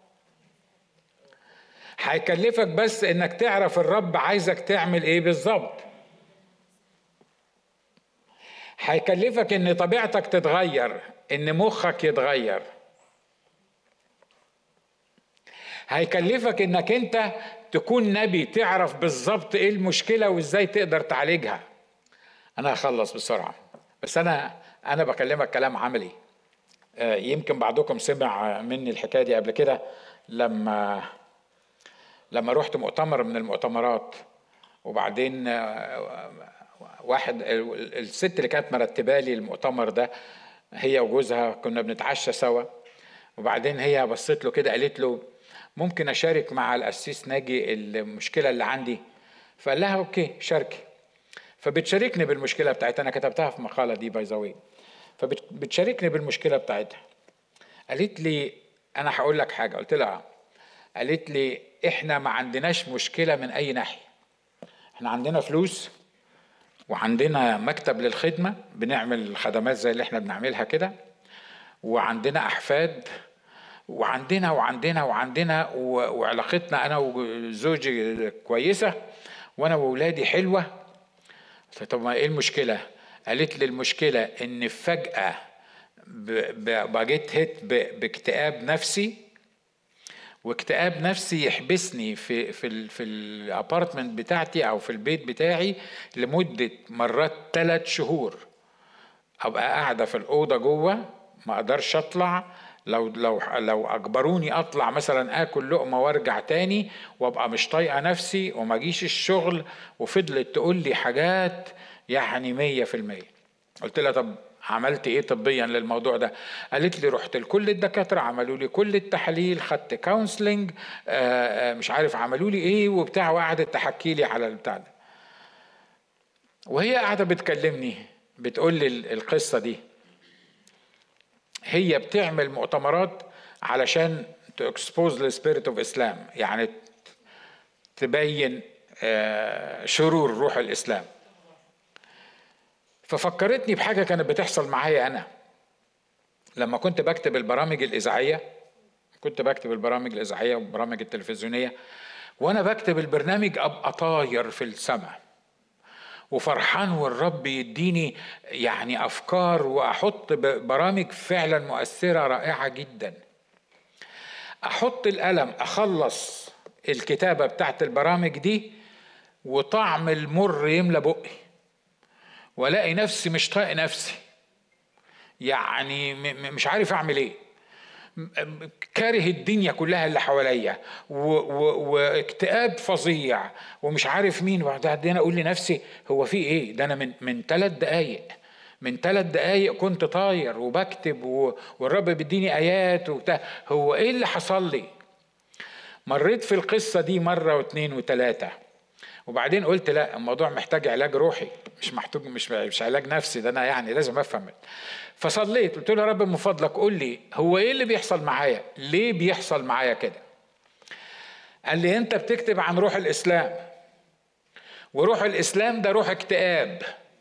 هيكلفك بس انك تعرف الرب عايزك تعمل ايه بالظبط. هيكلفك ان طبيعتك تتغير، ان مخك يتغير. هيكلفك انك انت تكون نبي، تعرف بالظبط ايه المشكلة وازاي تقدر تعالجها. انا هخلص بسرعة، بس انا بكلمك كلام عملي. يمكن بعضكم سمع مني الحكاية دي قبل كده، لما رحت مؤتمر من المؤتمرات، وبعدين واحد الست اللي كانت مرتبه لي المؤتمر ده هي وجوزها كنا بنتعشى سوا، وبعدين هي بصت له كده قالت له ممكن اشارك مع القسيس ناجي المشكله اللي عندي؟ فقال لها اوكي شاركي. فبتشاركني بالمشكله بتاعتها، انا كتبتها في مقاله دي باي ذا واي. فبتشاركني بالمشكله بتاعتها. قالت لي انا هقول لك حاجه. قلت لها قالت لي احنا ما عندناش مشكله من اي ناحيه، احنا عندنا فلوس وعندنا مكتب للخدمة بنعمل خدمات زي اللي احنا بنعملها كده، وعندنا أحفاد، وعندنا وعلاقتنا أنا وزوجي كويسة، وأنا وولادي حلوة. طب ما إيه المشكلة؟ قالت لي المشكلة إن فجأة بجيت هيت باكتئاب نفسي، واكتئاب نفسي يحبسني في الابارتمنت بتاعتي او في البيت بتاعي لمدة مرات 3 شهور. ابقى قاعدة في الأوضة جوه ما اقدرش اطلع، لو اجبروني اطلع مثلا اكل لقمة وارجع تاني، وابقى مش طايقة نفسي وما اجيش الشغل. وفضلت تقول لي حاجات يعني 100%. قلت لها طب عملت ايه طبيا للموضوع ده؟ قالت لي رحت لكل الدكاتره، عملوا لي كل التحاليل، خدت كونسلنج، مش عارف عملوا لي ايه وبتاع، وقعدت تحكي لي على البتاع ده. وهي قاعده بتكلمني بتقول لي القصه دي. هي بتعمل مؤتمرات علشان تكسبوز للسبيريت اوف اسلام، يعني تبين شرور روح الاسلام. ففكرتني بحاجة كانت بتحصل معايا أنا لما كنت بكتب البرامج الإذاعية. والبرامج التلفزيونية، وأنا بكتب البرنامج أبقى طاير في السماء وفرحان، والرب يديني يعني أفكار، وأحط برامج فعلا مؤثرة رائعة جدا. أحط القلم أخلص الكتابة بتاعت البرامج دي، وطعم المر يملى بقي، ولاقي نفسي مش طايق نفسي، يعني مش عارف اعمل ايه، كاره الدنيا كلها اللي حواليا، واكتئاب فظيع ومش عارف مين. وبعدين اقول لنفسي هو في ايه ده؟ انا من 3 دقايق كنت طاير وبكتب والرب بيديني ايات وبتاع، هو ايه اللي حصل لي؟ مريت في القصة دي مرة واثنين وثلاثة، وبعدين قلت لا، الموضوع محتاج علاج روحي، مش علاج نفسي، ده انا يعني لازم افهم. فصليت قلت له يا رب من فضلك قول لي هو ايه اللي بيحصل معايا، ليه بيحصل معايا كده؟ قال لي انت بتكتب عن روح الاسلام، وروح الاسلام ده روح اكتئاب.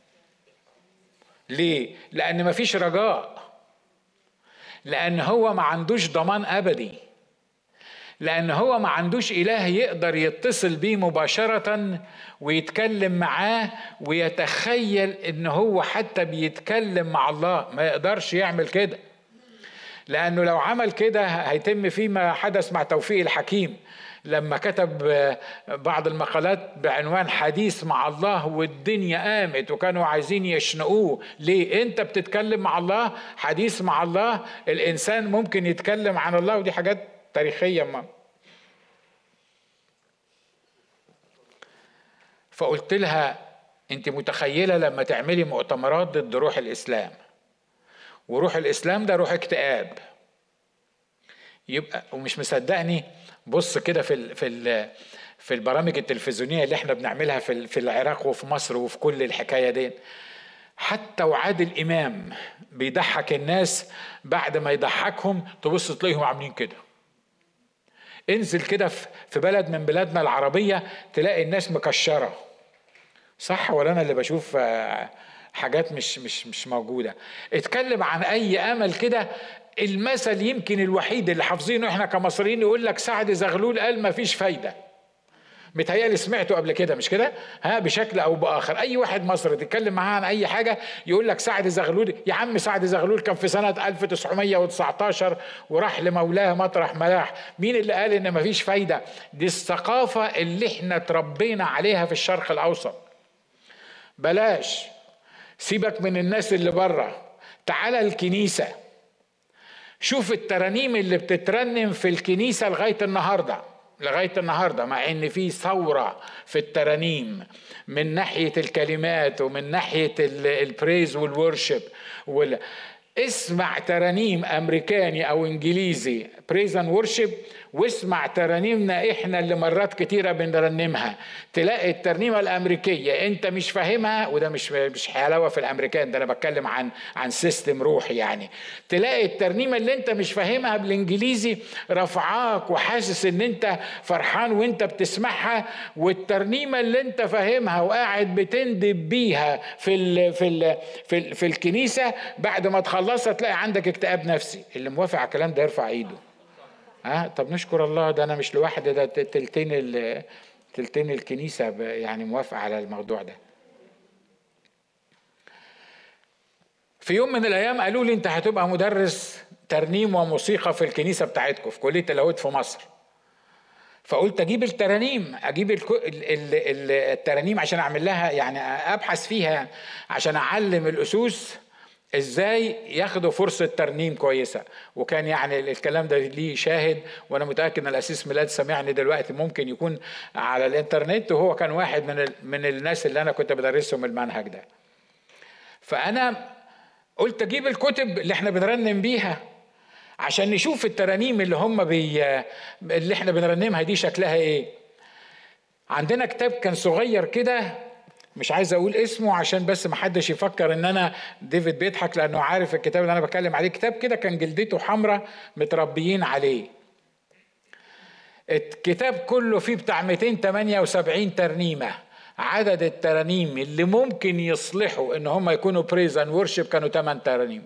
ليه؟ لان مفيش رجاء، لان هو ما عندوش ضمان ابدي، لأن هو ما عندوش إله يقدر يتصل بيه مباشرة ويتكلم معاه ويتخيل إن هو حتى بيتكلم مع الله. ما يقدرش يعمل كده، لأنه لو عمل كده هيتم فيه ما حدث مع توفيق الحكيم لما كتب بعض المقالات بعنوان حديث مع الله، والدنيا قامت وكانوا عايزين يشنقوه. ليه؟ انت بتتكلم مع الله، حديث مع الله، الإنسان ممكن يتكلم عن الله، ودي حاجات تاريخية. ما فقلت لها انت متخيلة لما تعملي مؤتمرات ضد روح الإسلام، وروح الإسلام ده روح اكتئاب، يبقى ومش مصدقني؟ بص كده في البرامج التلفزيونية اللي احنا بنعملها في العراق وفي مصر وفي كل الحكاية دي، حتى وعادل إمام بيضحك الناس، بعد ما يضحكهم تبص تلاقيهم عاملين كده. انزل كده في بلد من بلادنا العربية تلاقي الناس مكشرة، صح ولا انا اللي بشوف حاجات مش موجودة؟ اتكلم عن اي امل كده، المثل يمكن الوحيد اللي حافظينه احنا كمصريين يقول لك سعد زغلول قال ما فيش فايدة. متهيألي سمعته قبل كده، مش كده؟ بشكل او باخر اي واحد مصري تتكلم معاه عن اي حاجه يقول لك سعد زغلول. يا عم سعد زغلول كان في سنه 1919 وراح لمولاه مطرح ملاح. مين اللي قال ان مفيش فايده؟ دي الثقافه اللي احنا تربينا عليها في الشرق الاوسط. بلاش، سيبك من الناس اللي بره، تعال الكنيسه، شوف الترانيم اللي بتترنم في الكنيسه لغايه النهارده، مع ان في ثوره في الترانيم من ناحيه الكلمات ومن ناحيه البريز والورشب. اسمع ترانيم امريكاني او انجليزي بريز اند ورشب، واسمع ترانيمنا احنا اللي مرات كتيره بنرنمها، تلاقي الترنيمه الامريكيه انت مش فاهمها، وده مش حلاوه في الامريكان، ده انا بتكلم عن سيستم روحي يعني. تلاقي الترنيمه اللي انت مش فاهمها بالانجليزي رفعاك وحاسس ان انت فرحان وانت بتسمعها، والترنيمه اللي انت فاهمها وقاعد بتندب بيها في الكنيسه بعد ما تخلصها تلاقي عندك اكتئاب نفسي. اللي موافق على الكلام ده يرفع ايده. طب نشكر الله، ده انا مش لوحدي، ده تلتين الكنيسة يعني موافقة على الموضوع ده. في يوم من الايام قالوا لي انت هتبقى مدرس ترنيم وموسيقى في الكنيسة بتاعتكم في كلية اللاهوت في مصر. فقلت اجيب الترانيم، الترانيم عشان اعمل لها يعني ابحث فيها عشان اعلم الاسوس ازاي ياخدوا فرصة ترنيم كويسة. وكان يعني الكلام ده ليه شاهد، وانا متأكد ان الاسيس ميلاد سمعني دلوقتي، ممكن يكون على الانترنت، وهو كان واحد من الناس اللي انا كنت بدرسهم المنهج ده. فانا قلت اجيب الكتب اللي احنا بنرنم بيها عشان نشوف الترانيم اللي احنا بنرنمها دي شكلها ايه. عندنا كتاب كان صغير كده، مش عايز اقول اسمه عشان بس ما حدش يفكر ان انا ديفيد بيضحك، لانه عارف الكتاب اللي انا بتكلم عليه. كتاب كده كان جلدته حمراء متربيين عليه. الكتاب كله فيه بتاع 278 ترنيمة. عدد الترانيم اللي ممكن يصلحوا ان هم يكونوا بريز اند ورشب كانوا 8 ترانيم.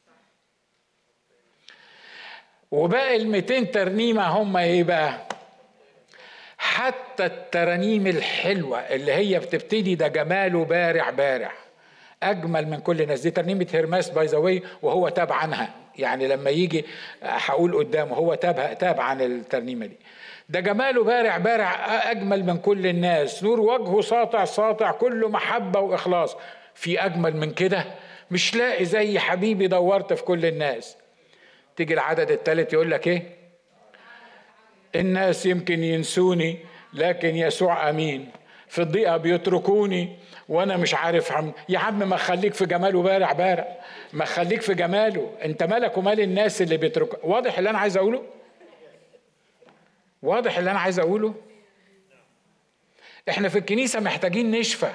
وباقي ال 200 ترنيمة هم ايه بقى؟ حتى الترانيم الحلوة اللي هي بتبتدي ده جماله بارع بارع أجمل من كل الناس. دي ترنيمة هرماس باي ذا واي، وهو تاب عنها، يعني لما يجي هقول قدامه هو تاب عن الترنيمة دي. ده جماله بارع بارع أجمل من كل الناس، نور وجهه ساطع ساطع كله محبة وإخلاص. في أجمل من كده؟ مش لاقي زي حبيبي، دورت في كل الناس. تيجي العدد الثالث يقول لك ايه؟ الناس يمكن ينسوني لكن يسوع امين، في الضيقه بيتركوني وانا مش عارف يا عم ما خليك في جماله بارع، ما خليك في جماله. انت مالك ومال الناس اللي بيترك. واضح اللي انا عايز اقوله؟ واضح اللي انا عايز اقوله؟ احنا في الكنيسه محتاجين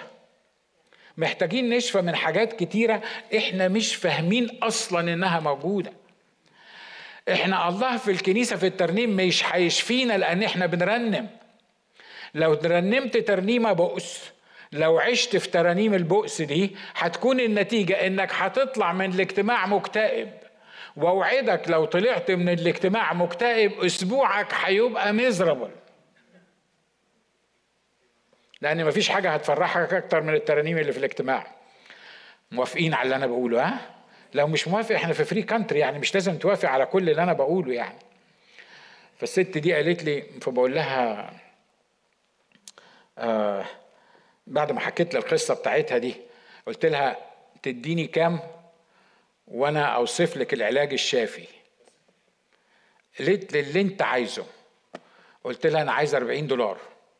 نشفى من حاجات كتيره احنا مش فاهمين اصلا انها موجوده. احنا الله في الكنيسه في الترنيم مش هيشفينا لان احنا بنرنم. لو ترنمت ترنيمه بؤس، لو عشت في ترانيم البؤس دي، هتكون النتيجه انك هتطلع من الاجتماع مكتئب. واوعدك لو طلعت من الاجتماع مكتئب اسبوعك هيبقى ميزربل، لان مفيش حاجه هتفرحك اكتر من الترانيم اللي في الاجتماع. موافقين على اللي انا بقوله؟ ها؟ لو مش موافق احنا في فري كانتري، يعني مش لازم توافق على كل اللي انا بقوله يعني. فالست دي قالت لي، فبقول لها بعد ما حكيت لي القصه بتاعتها دي، قلت لها تديني كام وانا اوصف لك العلاج الشافي؟ قالت لي اللي انت عايزه. قلت لها انا عايز $40.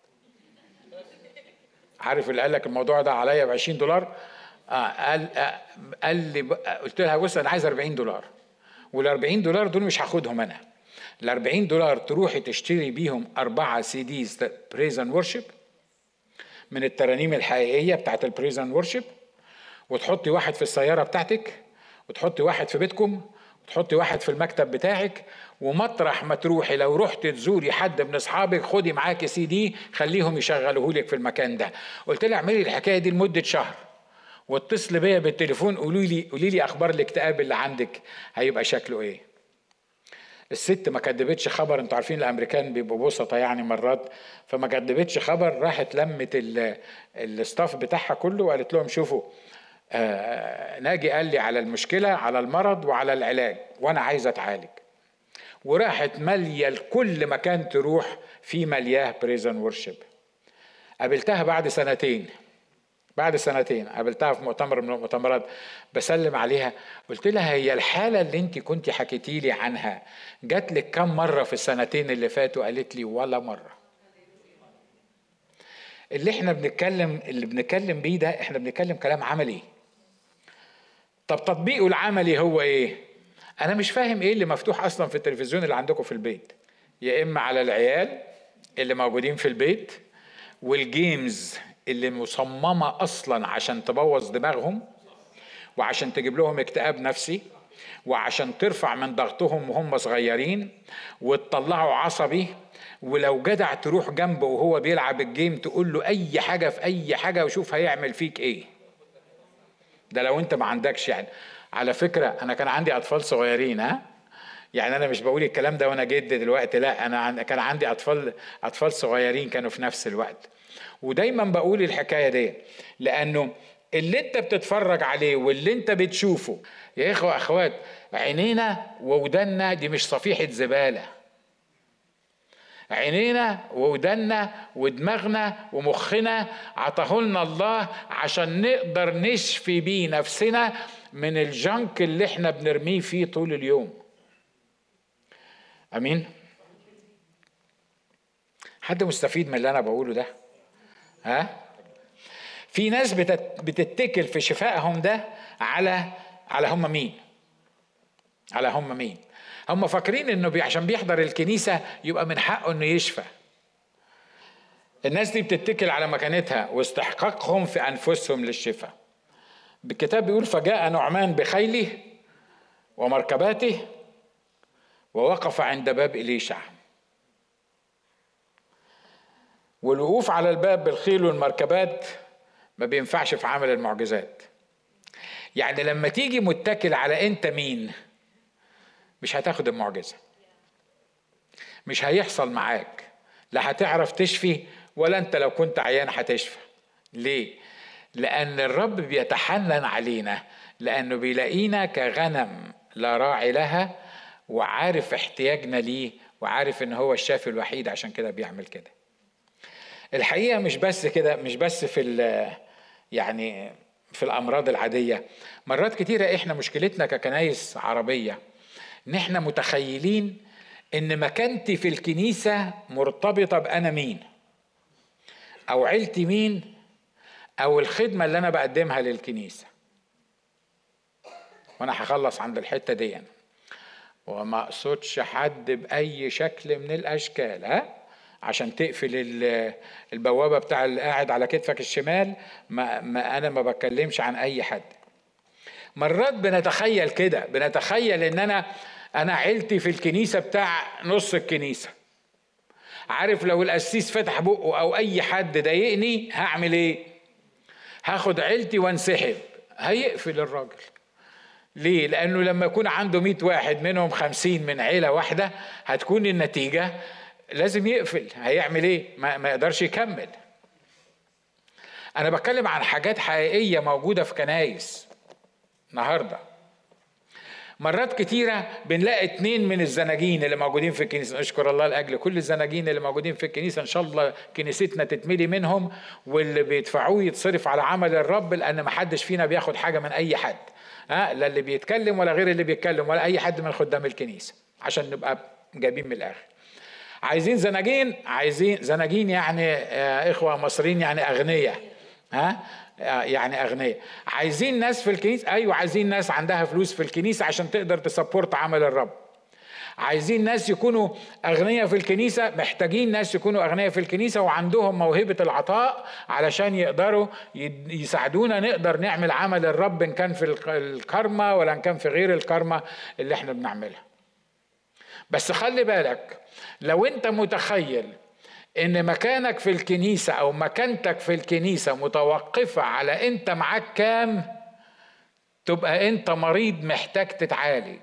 عارف اللي قال لك الموضوع ده عليا ب$20؟ قال لي قلت لها بص انا عايز $40، وال$40 دول مش هاخدهم انا. ال$40 تروحي تشتري بيهم 4 CDs بريز اند ورشيب من الترانيم الحقيقيه بتاعت البريز اند ورشيب، وتحطي واحد في السياره بتاعتك، وتحطي واحد في بيتكم، وتحطي واحد في المكتب بتاعك، ومطرح ما تروحي لو رحت تزوري حد من اصحابك خدي معاكي CD خليهم يشغلوه لك في المكان ده. قلت لها اعملي الحكايه دي لمده شهر، واتصل بيا بالتليفون قولي لي اخبار الاكتئاب اللي عندك هيبقى شكله ايه. الست ما كدبتش خبر، انتوا عارفين الامريكان بيبقوا بسطه يعني مرات، فما كدبتش خبر، راحت لمت الستاف بتاعها كله وقالت لهم شوفوا ناجي قال لي على المشكله، على المرض وعلى العلاج، وانا عايزه اتعالج. وراحت ماليه كل مكان تروح في ملياه بريزن ورشيب. قابلتها بعد سنتين قابلتها في مؤتمر من المؤتمرات، بسلم عليها، قلت لها هي الحالة اللي انت كنت حكيتي لي عنها جات لك كم مرة في السنتين اللي فاتوا؟ قالت لي ولا مرة. اللي احنا بنتكلم بيه ده احنا بنتكلم كلام عملي. طب تطبيقه العملي هو ايه؟ انا مش فاهم ايه اللي مفتوح اصلا في التلفزيون اللي عندكم في البيت، يا اما على العيال اللي موجودين في البيت والجيمز اللي مصممة أصلا عشان تبوظ دماغهم وعشان تجيب لهم اكتئاب نفسي وعشان ترفع من ضغطهم وهم صغيرين وتطلعوا عصبي، ولو جدع تروح جنبه وهو بيلعب الجيم تقول له أي حاجة في أي حاجة وشوف هيعمل فيك إيه. ده لو أنت ما عندكش يعني. على فكرة أنا كان عندي أطفال صغيرين، يعني أنا مش بقول الكلام ده وأنا جد دلوقتي، لا، أنا كان عندي أطفال صغيرين كانوا في نفس الوقت. ودايما بقول الحكاية دي لأنه اللي انت بتتفرج عليه واللي انت بتشوفه يا إخوة أخوات، عينينا وودنا دي مش صفيحة زبالة. عينينا وودنا ودماغنا ومخنا عطاهولنا الله عشان نقدر نشفي بيه نفسنا من الجنك اللي احنا بنرميه فيه طول اليوم. أمين؟ حد مستفيد من اللي أنا بقوله ده؟ في ناس بتتكل في شفائهم ده على هم مين؟ هم فاكرين انه عشان بيحضر الكنيسة يبقى من حقه انه يشفى. الناس دي بتتكل على مكانتها واستحقاقهم في انفسهم للشفاء. بالكتاب بيقول فجاء نعمان بخيله ومركباته ووقف عند باب إليشع. والوقوف على الباب بالخيل والمركبات ما بينفعش في عمل المعجزات. يعني لما تيجي متكل على انت مين مش هتاخد المعجزة، مش هيحصل معاك، لا هتعرف تشفي ولا انت لو كنت عيان هتشفى. ليه؟ لأن الرب بيتحنن علينا، لأنه بيلاقينا كغنم لا راعي لها وعارف احتياجنا ليه وعارف ان هو الشافي الوحيد، عشان كده بيعمل كده. الحقيقة مش بس كده، مش بس في يعني في الأمراض العادية. مرات كتيرة إحنا مشكلتنا ككنايس عربية إن إحنا متخيلين إن مكانتي في الكنيسة مرتبطة بأنا مين، أو عيلتي مين، أو الخدمة اللي أنا بقدمها للكنيسة. وأنا هخلص عند الحتة دي، وما أقصدش حد بأي شكل من الأشكال، عشان تقفل البوابة بتاع اللي قاعد على كتفك الشمال. ما أنا ما بتكلمش عن أي حد. مرات بنتخيل كده، بنتخيل إن أنا عيلتي في الكنيسة بتاع نص الكنيسة. عارف لو القسيس فتح بقه أو أي حد ضايقني هعمل إيه؟ هاخد عيلتي وانسحب. هيقفل الراجل. ليه؟ لأنه لما يكون عنده 100 واحد منهم 50 من عيلة واحدة هتكون النتيجة لازم يقفل. هيعمل إيه؟ ما يقدرش يكمل. أنا بتكلم عن حاجات حقيقية موجودة في كنايس النهاردة. مرات كتيرة بنلاقي 2 من الزناجين اللي موجودين في الكنيسة، نشكر الله لأجل كل الزناجين اللي موجودين في الكنيسة، إن شاء الله كنيستنا تتملي منهم، واللي بيدفعوه يتصرف على عمل الرب، لأن ما حدش فينا بياخد حاجة من أي حد، لا اللي بيتكلم ولا غير اللي بيتكلم ولا أي حد من خدام الكنيسة، عشان نبقى جايبين من الآخر. عايزين زناجين، عايزين زناجين يعني إخوة مصريين يعني أغنياء، يعني أغنياء. عايزين ناس في الكنيسة، أيوة عايزين ناس عندها فلوس في الكنيسة عشان تقدر تسبورت عمل الرب. عايزين ناس يكونوا أغنياء في الكنيسة، محتاجين ناس يكونوا أغنياء في الكنيسة وعندهم موهبة العطاء علشان يقدروا يساعدونا نقدر نعمل عمل الرب، إن كان في الكرمة ولا إن كان في غير الكرمة اللي احنا بنعملها. بس خلي بالك، لو انت متخيل ان مكانك في الكنيسة او مكانتك في الكنيسة متوقفة على انت معاك كام، تبقى انت مريض محتاج تتعالج.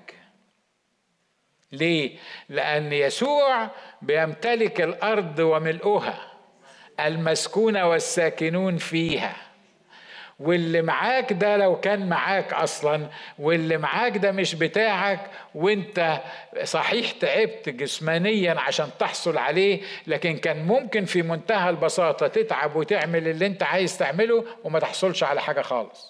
ليه؟ لان يسوع بيمتلك الارض وملؤها، المسكونة والساكنون فيها. واللي معاك ده لو كان معاك اصلا، واللي معاك ده مش بتاعك، وانت صحيح تعبت جسمانيا عشان تحصل عليه، لكن كان ممكن في منتهى البساطة تتعب وتعمل اللي انت عايز تعمله وما تحصلش على حاجة خالص.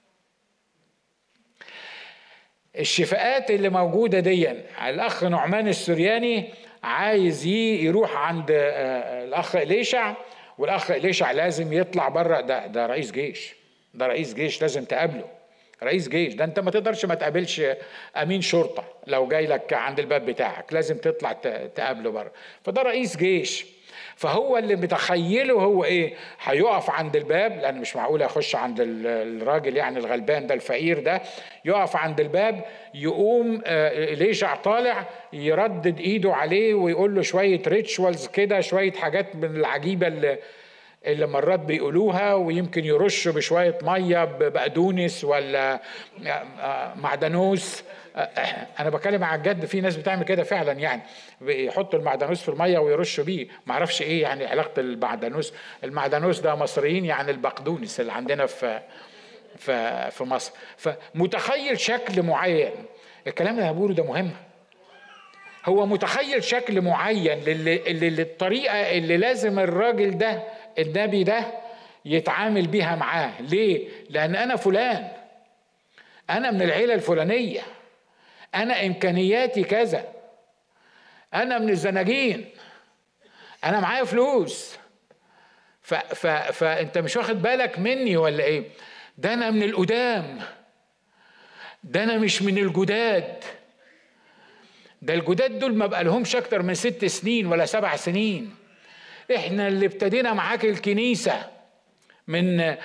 الشفاءات اللي موجودة دي، الاخ نعمان السرياني عايز يروح عند الاخ إليشع، والاخ إليشع لازم يطلع بره. ده رئيس جيش، ده رئيس جيش، لازم تقابله. رئيس جيش ده انت ما تقدرش ما تقابلش امين شرطة لو جاي لك عند الباب بتاعك، لازم تطلع تقابله بره. فده رئيس جيش. فهو اللي متخيله هو ايه؟ هيقف عند الباب، لان مش معقول يخش عند الراجل يعني الغلبان ده الفقير ده، يقف عند الباب، يقوم إليشع طالع يردد ايده عليه ويقول له شوية ريتشوالز كده، شوية حاجات من العجيبة اللي مرات بيقولوها، ويمكن يرشوا بشوية مية بقدونس ولا معدنوس. انا بكلم على الجد، في ناس بتعمل كده فعلا، يعني بيحطوا المعدنوس في المية ويرشوا بيه. معرفش ايه يعني علاقة المعدنوس ده مصريين، يعني البقدونس اللي عندنا في مصر. فمتخيل شكل معين. الكلام اللي هقوله ده مهم. هو متخيل شكل معين للطريقة اللي لازم الراجل ده النبي ده يتعامل بيها معاه. ليه؟ لأن أنا فلان، أنا من العيلة الفلانية، أنا إمكانياتي كذا، أنا من الزناجين، أنا معايا فلوس. فأنت مش واخد بالك مني ولا إيه؟ ده أنا من القدام، ده أنا مش من الجداد. ده الجداد دول ما بقالهمش أكتر من 6 سنين ولا 7 سنين. إحنا اللي ابتدينا معاك الكنيسة من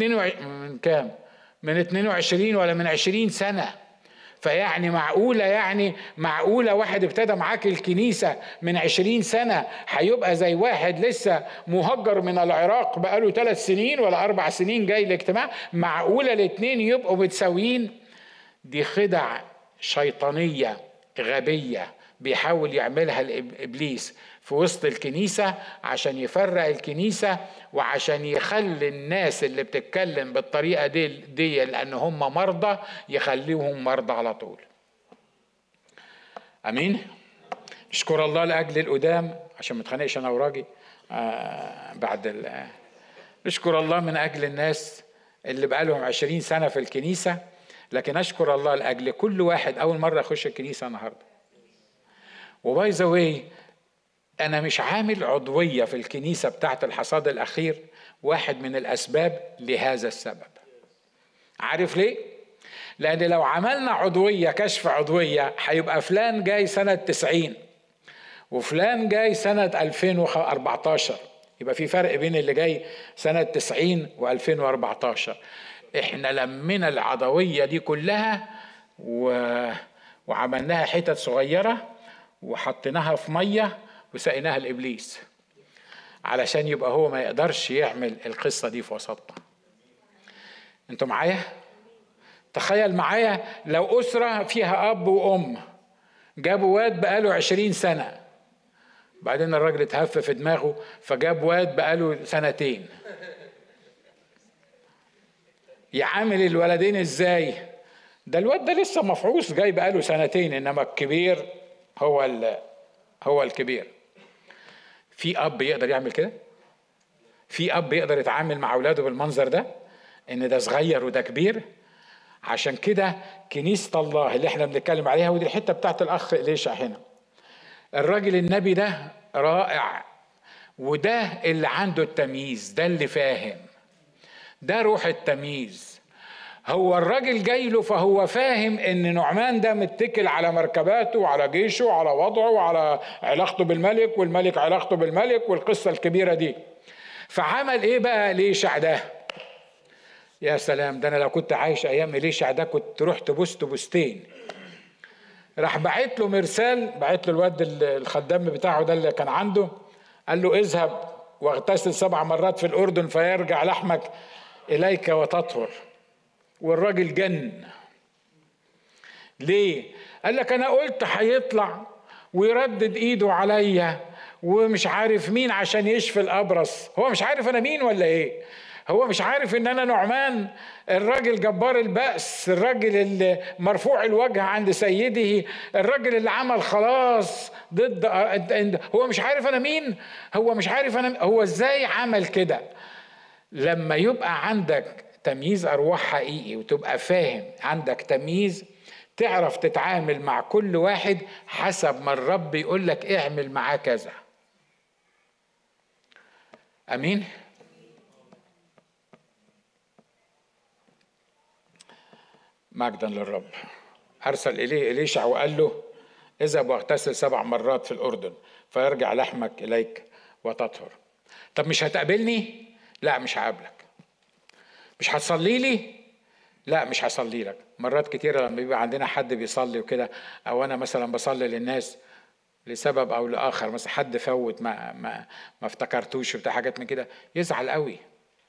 22 ولا من 20 سنة. فيعني معقولة واحد ابتدى معاك الكنيسة من 20 سنة هيبقى زي واحد لسه مهجر من العراق بقاله 3 سنين ولا 4 سنين جاي الاجتماع؟ معقولة الاتنين يبقوا متساويين؟ دي خدع شيطانية غبية بيحاول يعملها الإبليس في وسط الكنيسة عشان يفرق الكنيسة، وعشان يخلي الناس اللي بتتكلم بالطريقة دي لأن هم مرضى يخليهم مرضى على طول. أمين. نشكر الله لأجل القدام عشان ما اتخانقش أنا وراجي نشكر الله من أجل الناس اللي بقالهم 20 سنة في الكنيسة، لكن أشكر الله لأجل كل واحد أول مرة أخش الكنيسة النهاردة. وباي ذا واي أنا مش عامل عضوية في الكنيسة بتاعت الحصاد الأخير، واحد من الأسباب لهذا السبب. عارف ليه؟ لأن لو عملنا عضوية، كشف عضوية، هيبقى فلان جاي سنة 90 وفلان جاي سنة 2014، يبقى في فرق بين اللي جاي سنة 90 و2014. احنا لمينا العضوية دي كلها وعملناها حتت صغيرة وحطيناها في مية وسقيناها لإبليس علشان يبقى هو ما يقدرش يعمل القصة دي في وسطنا. انتوا معايا؟ تخيل معايا لو أسرة فيها أب وأم جابوا واد بقاله 20 سنة، بعدين الراجل اتهف في دماغه فجاب واد بقاله 2 سنين، يعامل الولدين ازاي؟ ده الواد ده لسه مفعوص جاي بقاله 2 سنين، انما الكبير هو الكبير. في اب يقدر يعمل كده؟ في اب يقدر يتعامل مع اولاده بالمنظر ده، ان ده صغير وده كبير؟ عشان كده كنيسة الله اللي احنا بنتكلم عليها، ودي الحتة بتاعت الاخ إليشع هنا، الراجل النبي ده رائع، وده اللي عنده التمييز، ده اللي فاهم، ده روح التمييز. هو الراجل جاي له فهو فاهم ان نعمان ده متكل على مركباته وعلى جيشه وعلى وضعه وعلى علاقته بالملك، والملك علاقته بالملك، والقصة الكبيرة دي. فعمل ايه بقى إليشع ده؟ يا سلام، ده انا لو كنت عايش ايام إليشع ده كنت رحت بوست بوستين. راح بعت له مرسال، بعت له الواد الخدام بتاعه ده اللي كان عنده، قال له اذهب واغتسل 7 مرات في الأردن فيرجع لحمك إليك وتطهر. والراجل جن. ليه؟ قال لك أنا قلت هيطلع ويردد إيده عليا ومش عارف مين عشان يشفي الأبرص. هو مش عارف أنا مين ولا إيه؟ هو مش عارف ان انا نعمان الراجل جبار البأس، الراجل اللي مرفوع الوجه عند سيده، الراجل اللي عمل خلاص ضد. هو مش عارف انا مين، هو مش عارف انا هو ازاي عمل كده. لما يبقى عندك تمييز ارواح حقيقي وتبقى فاهم، عندك تمييز، تعرف تتعامل مع كل واحد حسب ما الرب يقول لك اعمل معاه كذا. امين. مجدا للرب. أرسل إليه إليشع وقال له اذهب واغتسل 7 مرات في الأردن فيرجع لحمك إليك وتطهر. طب مش هتقابلني؟ لا مش هقابلك. مش هتصلي لي؟ لا مش هصلي لك. مرات كتيرة لما بيبقى عندنا حد بيصلي وكده، أو أنا مثلا بصلي للناس لسبب أو لآخر، مثلا حد فوت ما افتكرتوش بتاع حاجات من كده، يزعل قوي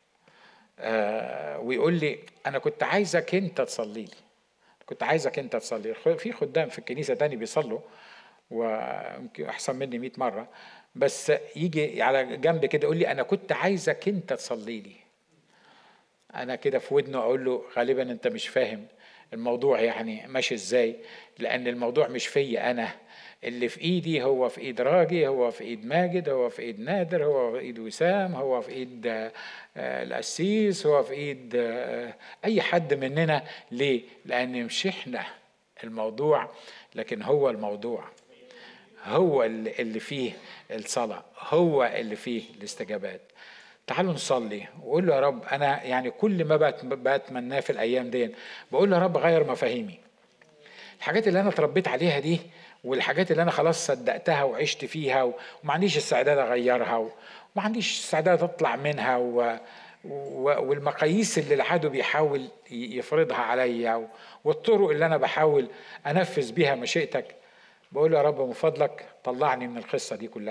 ويقول لي أنا كنت عايزك أنت تصلي لي، كنت عايزك أنت تصلي. في خدام في الكنيسة تاني بيصلوا ويمكن أحسن مني 100 مرة، بس يجي على جنب كده يقول لي أنا كنت عايزك أنت تصلي لي. أنا كده في ودنه أقول له غالبا أنت مش فاهم الموضوع يعني ماشي إزاي، لأن الموضوع مش فيا أنا، اللي في ايدي هو في ايد راجي، هو في ايد ماجد، هو في ايد نادر، هو في ايد وسام، هو في ايد القسيس، هو في ايد اي حد مننا. ليه؟ لان مش احنا الموضوع، لكن هو الموضوع، هو اللي فيه الصلاة، هو اللي فيه الاستجابات. تعالوا نصلي وقول له يا رب، انا يعني كل ما بتمناه في الايام دي بقول له يا رب غير مفاهيمي، الحاجات اللي انا اتربيت عليها دي والحاجات اللي انا خلاص صدقتها وعشت فيها وما عنديش استعداد اغيرها وما عنديش استعداد اطلع منها والمقاييس اللي العدو بيحاول يفرضها عليا والطرق اللي انا بحاول انفذ بيها مشيئتك، بقول يا رب من فضلك طلعني من القصة دي كلها.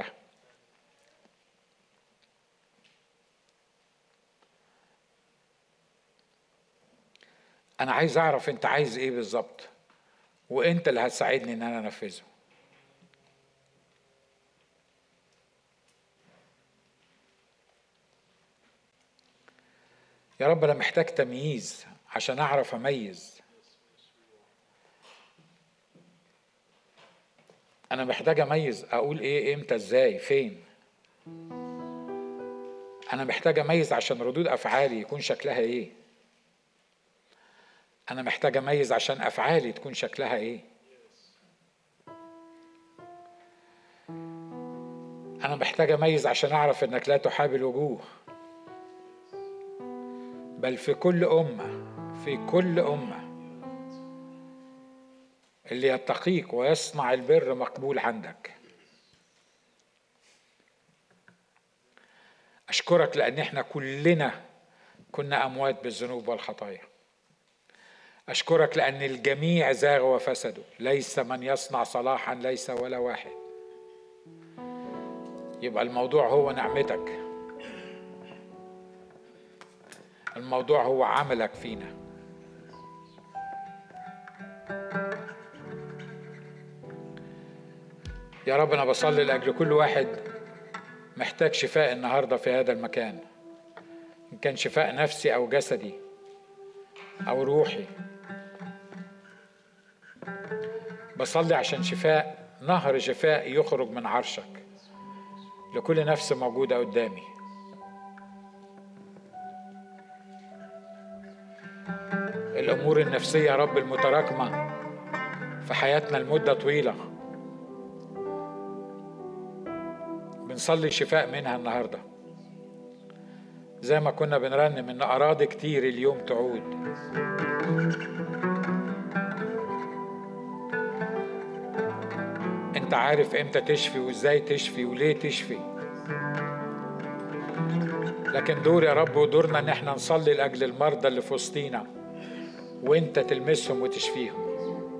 انا عايز اعرف انت عايز ايه بالظبط، وانت اللي هتساعدني ان انا انفذه. يا رب انا محتاج تمييز عشان اعرف اميز، انا محتاج اميز اقول ايه امتى ازاي فين، انا محتاج اميز عشان ردود افعالي يكون شكلها ايه. أنا محتاج أميز عشان أفعالي تكون شكلها إيه. أنا محتاج أميز عشان أعرف إنك لا تحابي الوجوه، بل في كل أمة اللي يتقيك ويصنع البر مقبول عندك. أشكرك لأن إحنا كلنا كنا أموات بالذنوب والخطايا. أشكرك لأن الجميع زاغوا وفسدوا، ليس من يصنع صلاحا، ليس ولا واحد. يبقى الموضوع هو نعمتك، الموضوع هو عملك فينا. يا رب أنا بصلي لأجل كل واحد محتاج شفاء النهاردة في هذا المكان، إن كان شفاء نفسي أو جسدي أو روحي. بصلي عشان شفاء، نهر شفاء يخرج من عرشك لكل نفس موجودة قدامي. الأمور النفسية يا رب المتراكمة في حياتنا لمدة طويلة، بنصلي شفاء منها النهاردة، زي ما كنا بنرنم إن أراضي كتير اليوم تعود. أنت عارف إمتى تشفي وإزاي تشفي وليه تشفي، لكن دور يا رب ودورنا إن احنا نصلي لأجل المرضى اللي في وسطينا وإنت تلمسهم وتشفيهم.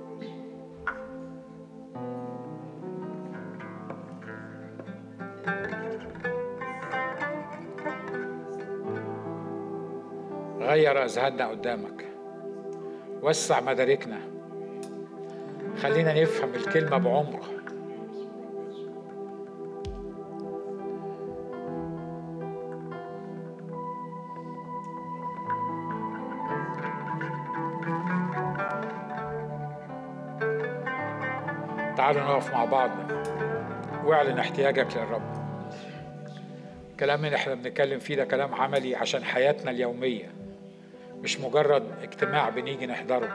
غير أذهاننا قدامك، وسع مداركنا، خلينا نفهم الكلمة بعمق. تعالوا نقف مع بعض واعلن احتياجك للرب. الكلام اللي احنا بنتكلم فيه ده كلام عملي عشان حياتنا اليومية، مش مجرد اجتماع بنيجي نحضره،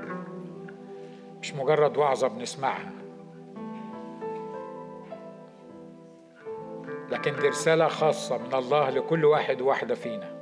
مش مجرد وعظة بنسمعها، لكن دي رسالة خاصة من الله لكل واحد وواحدة فينا.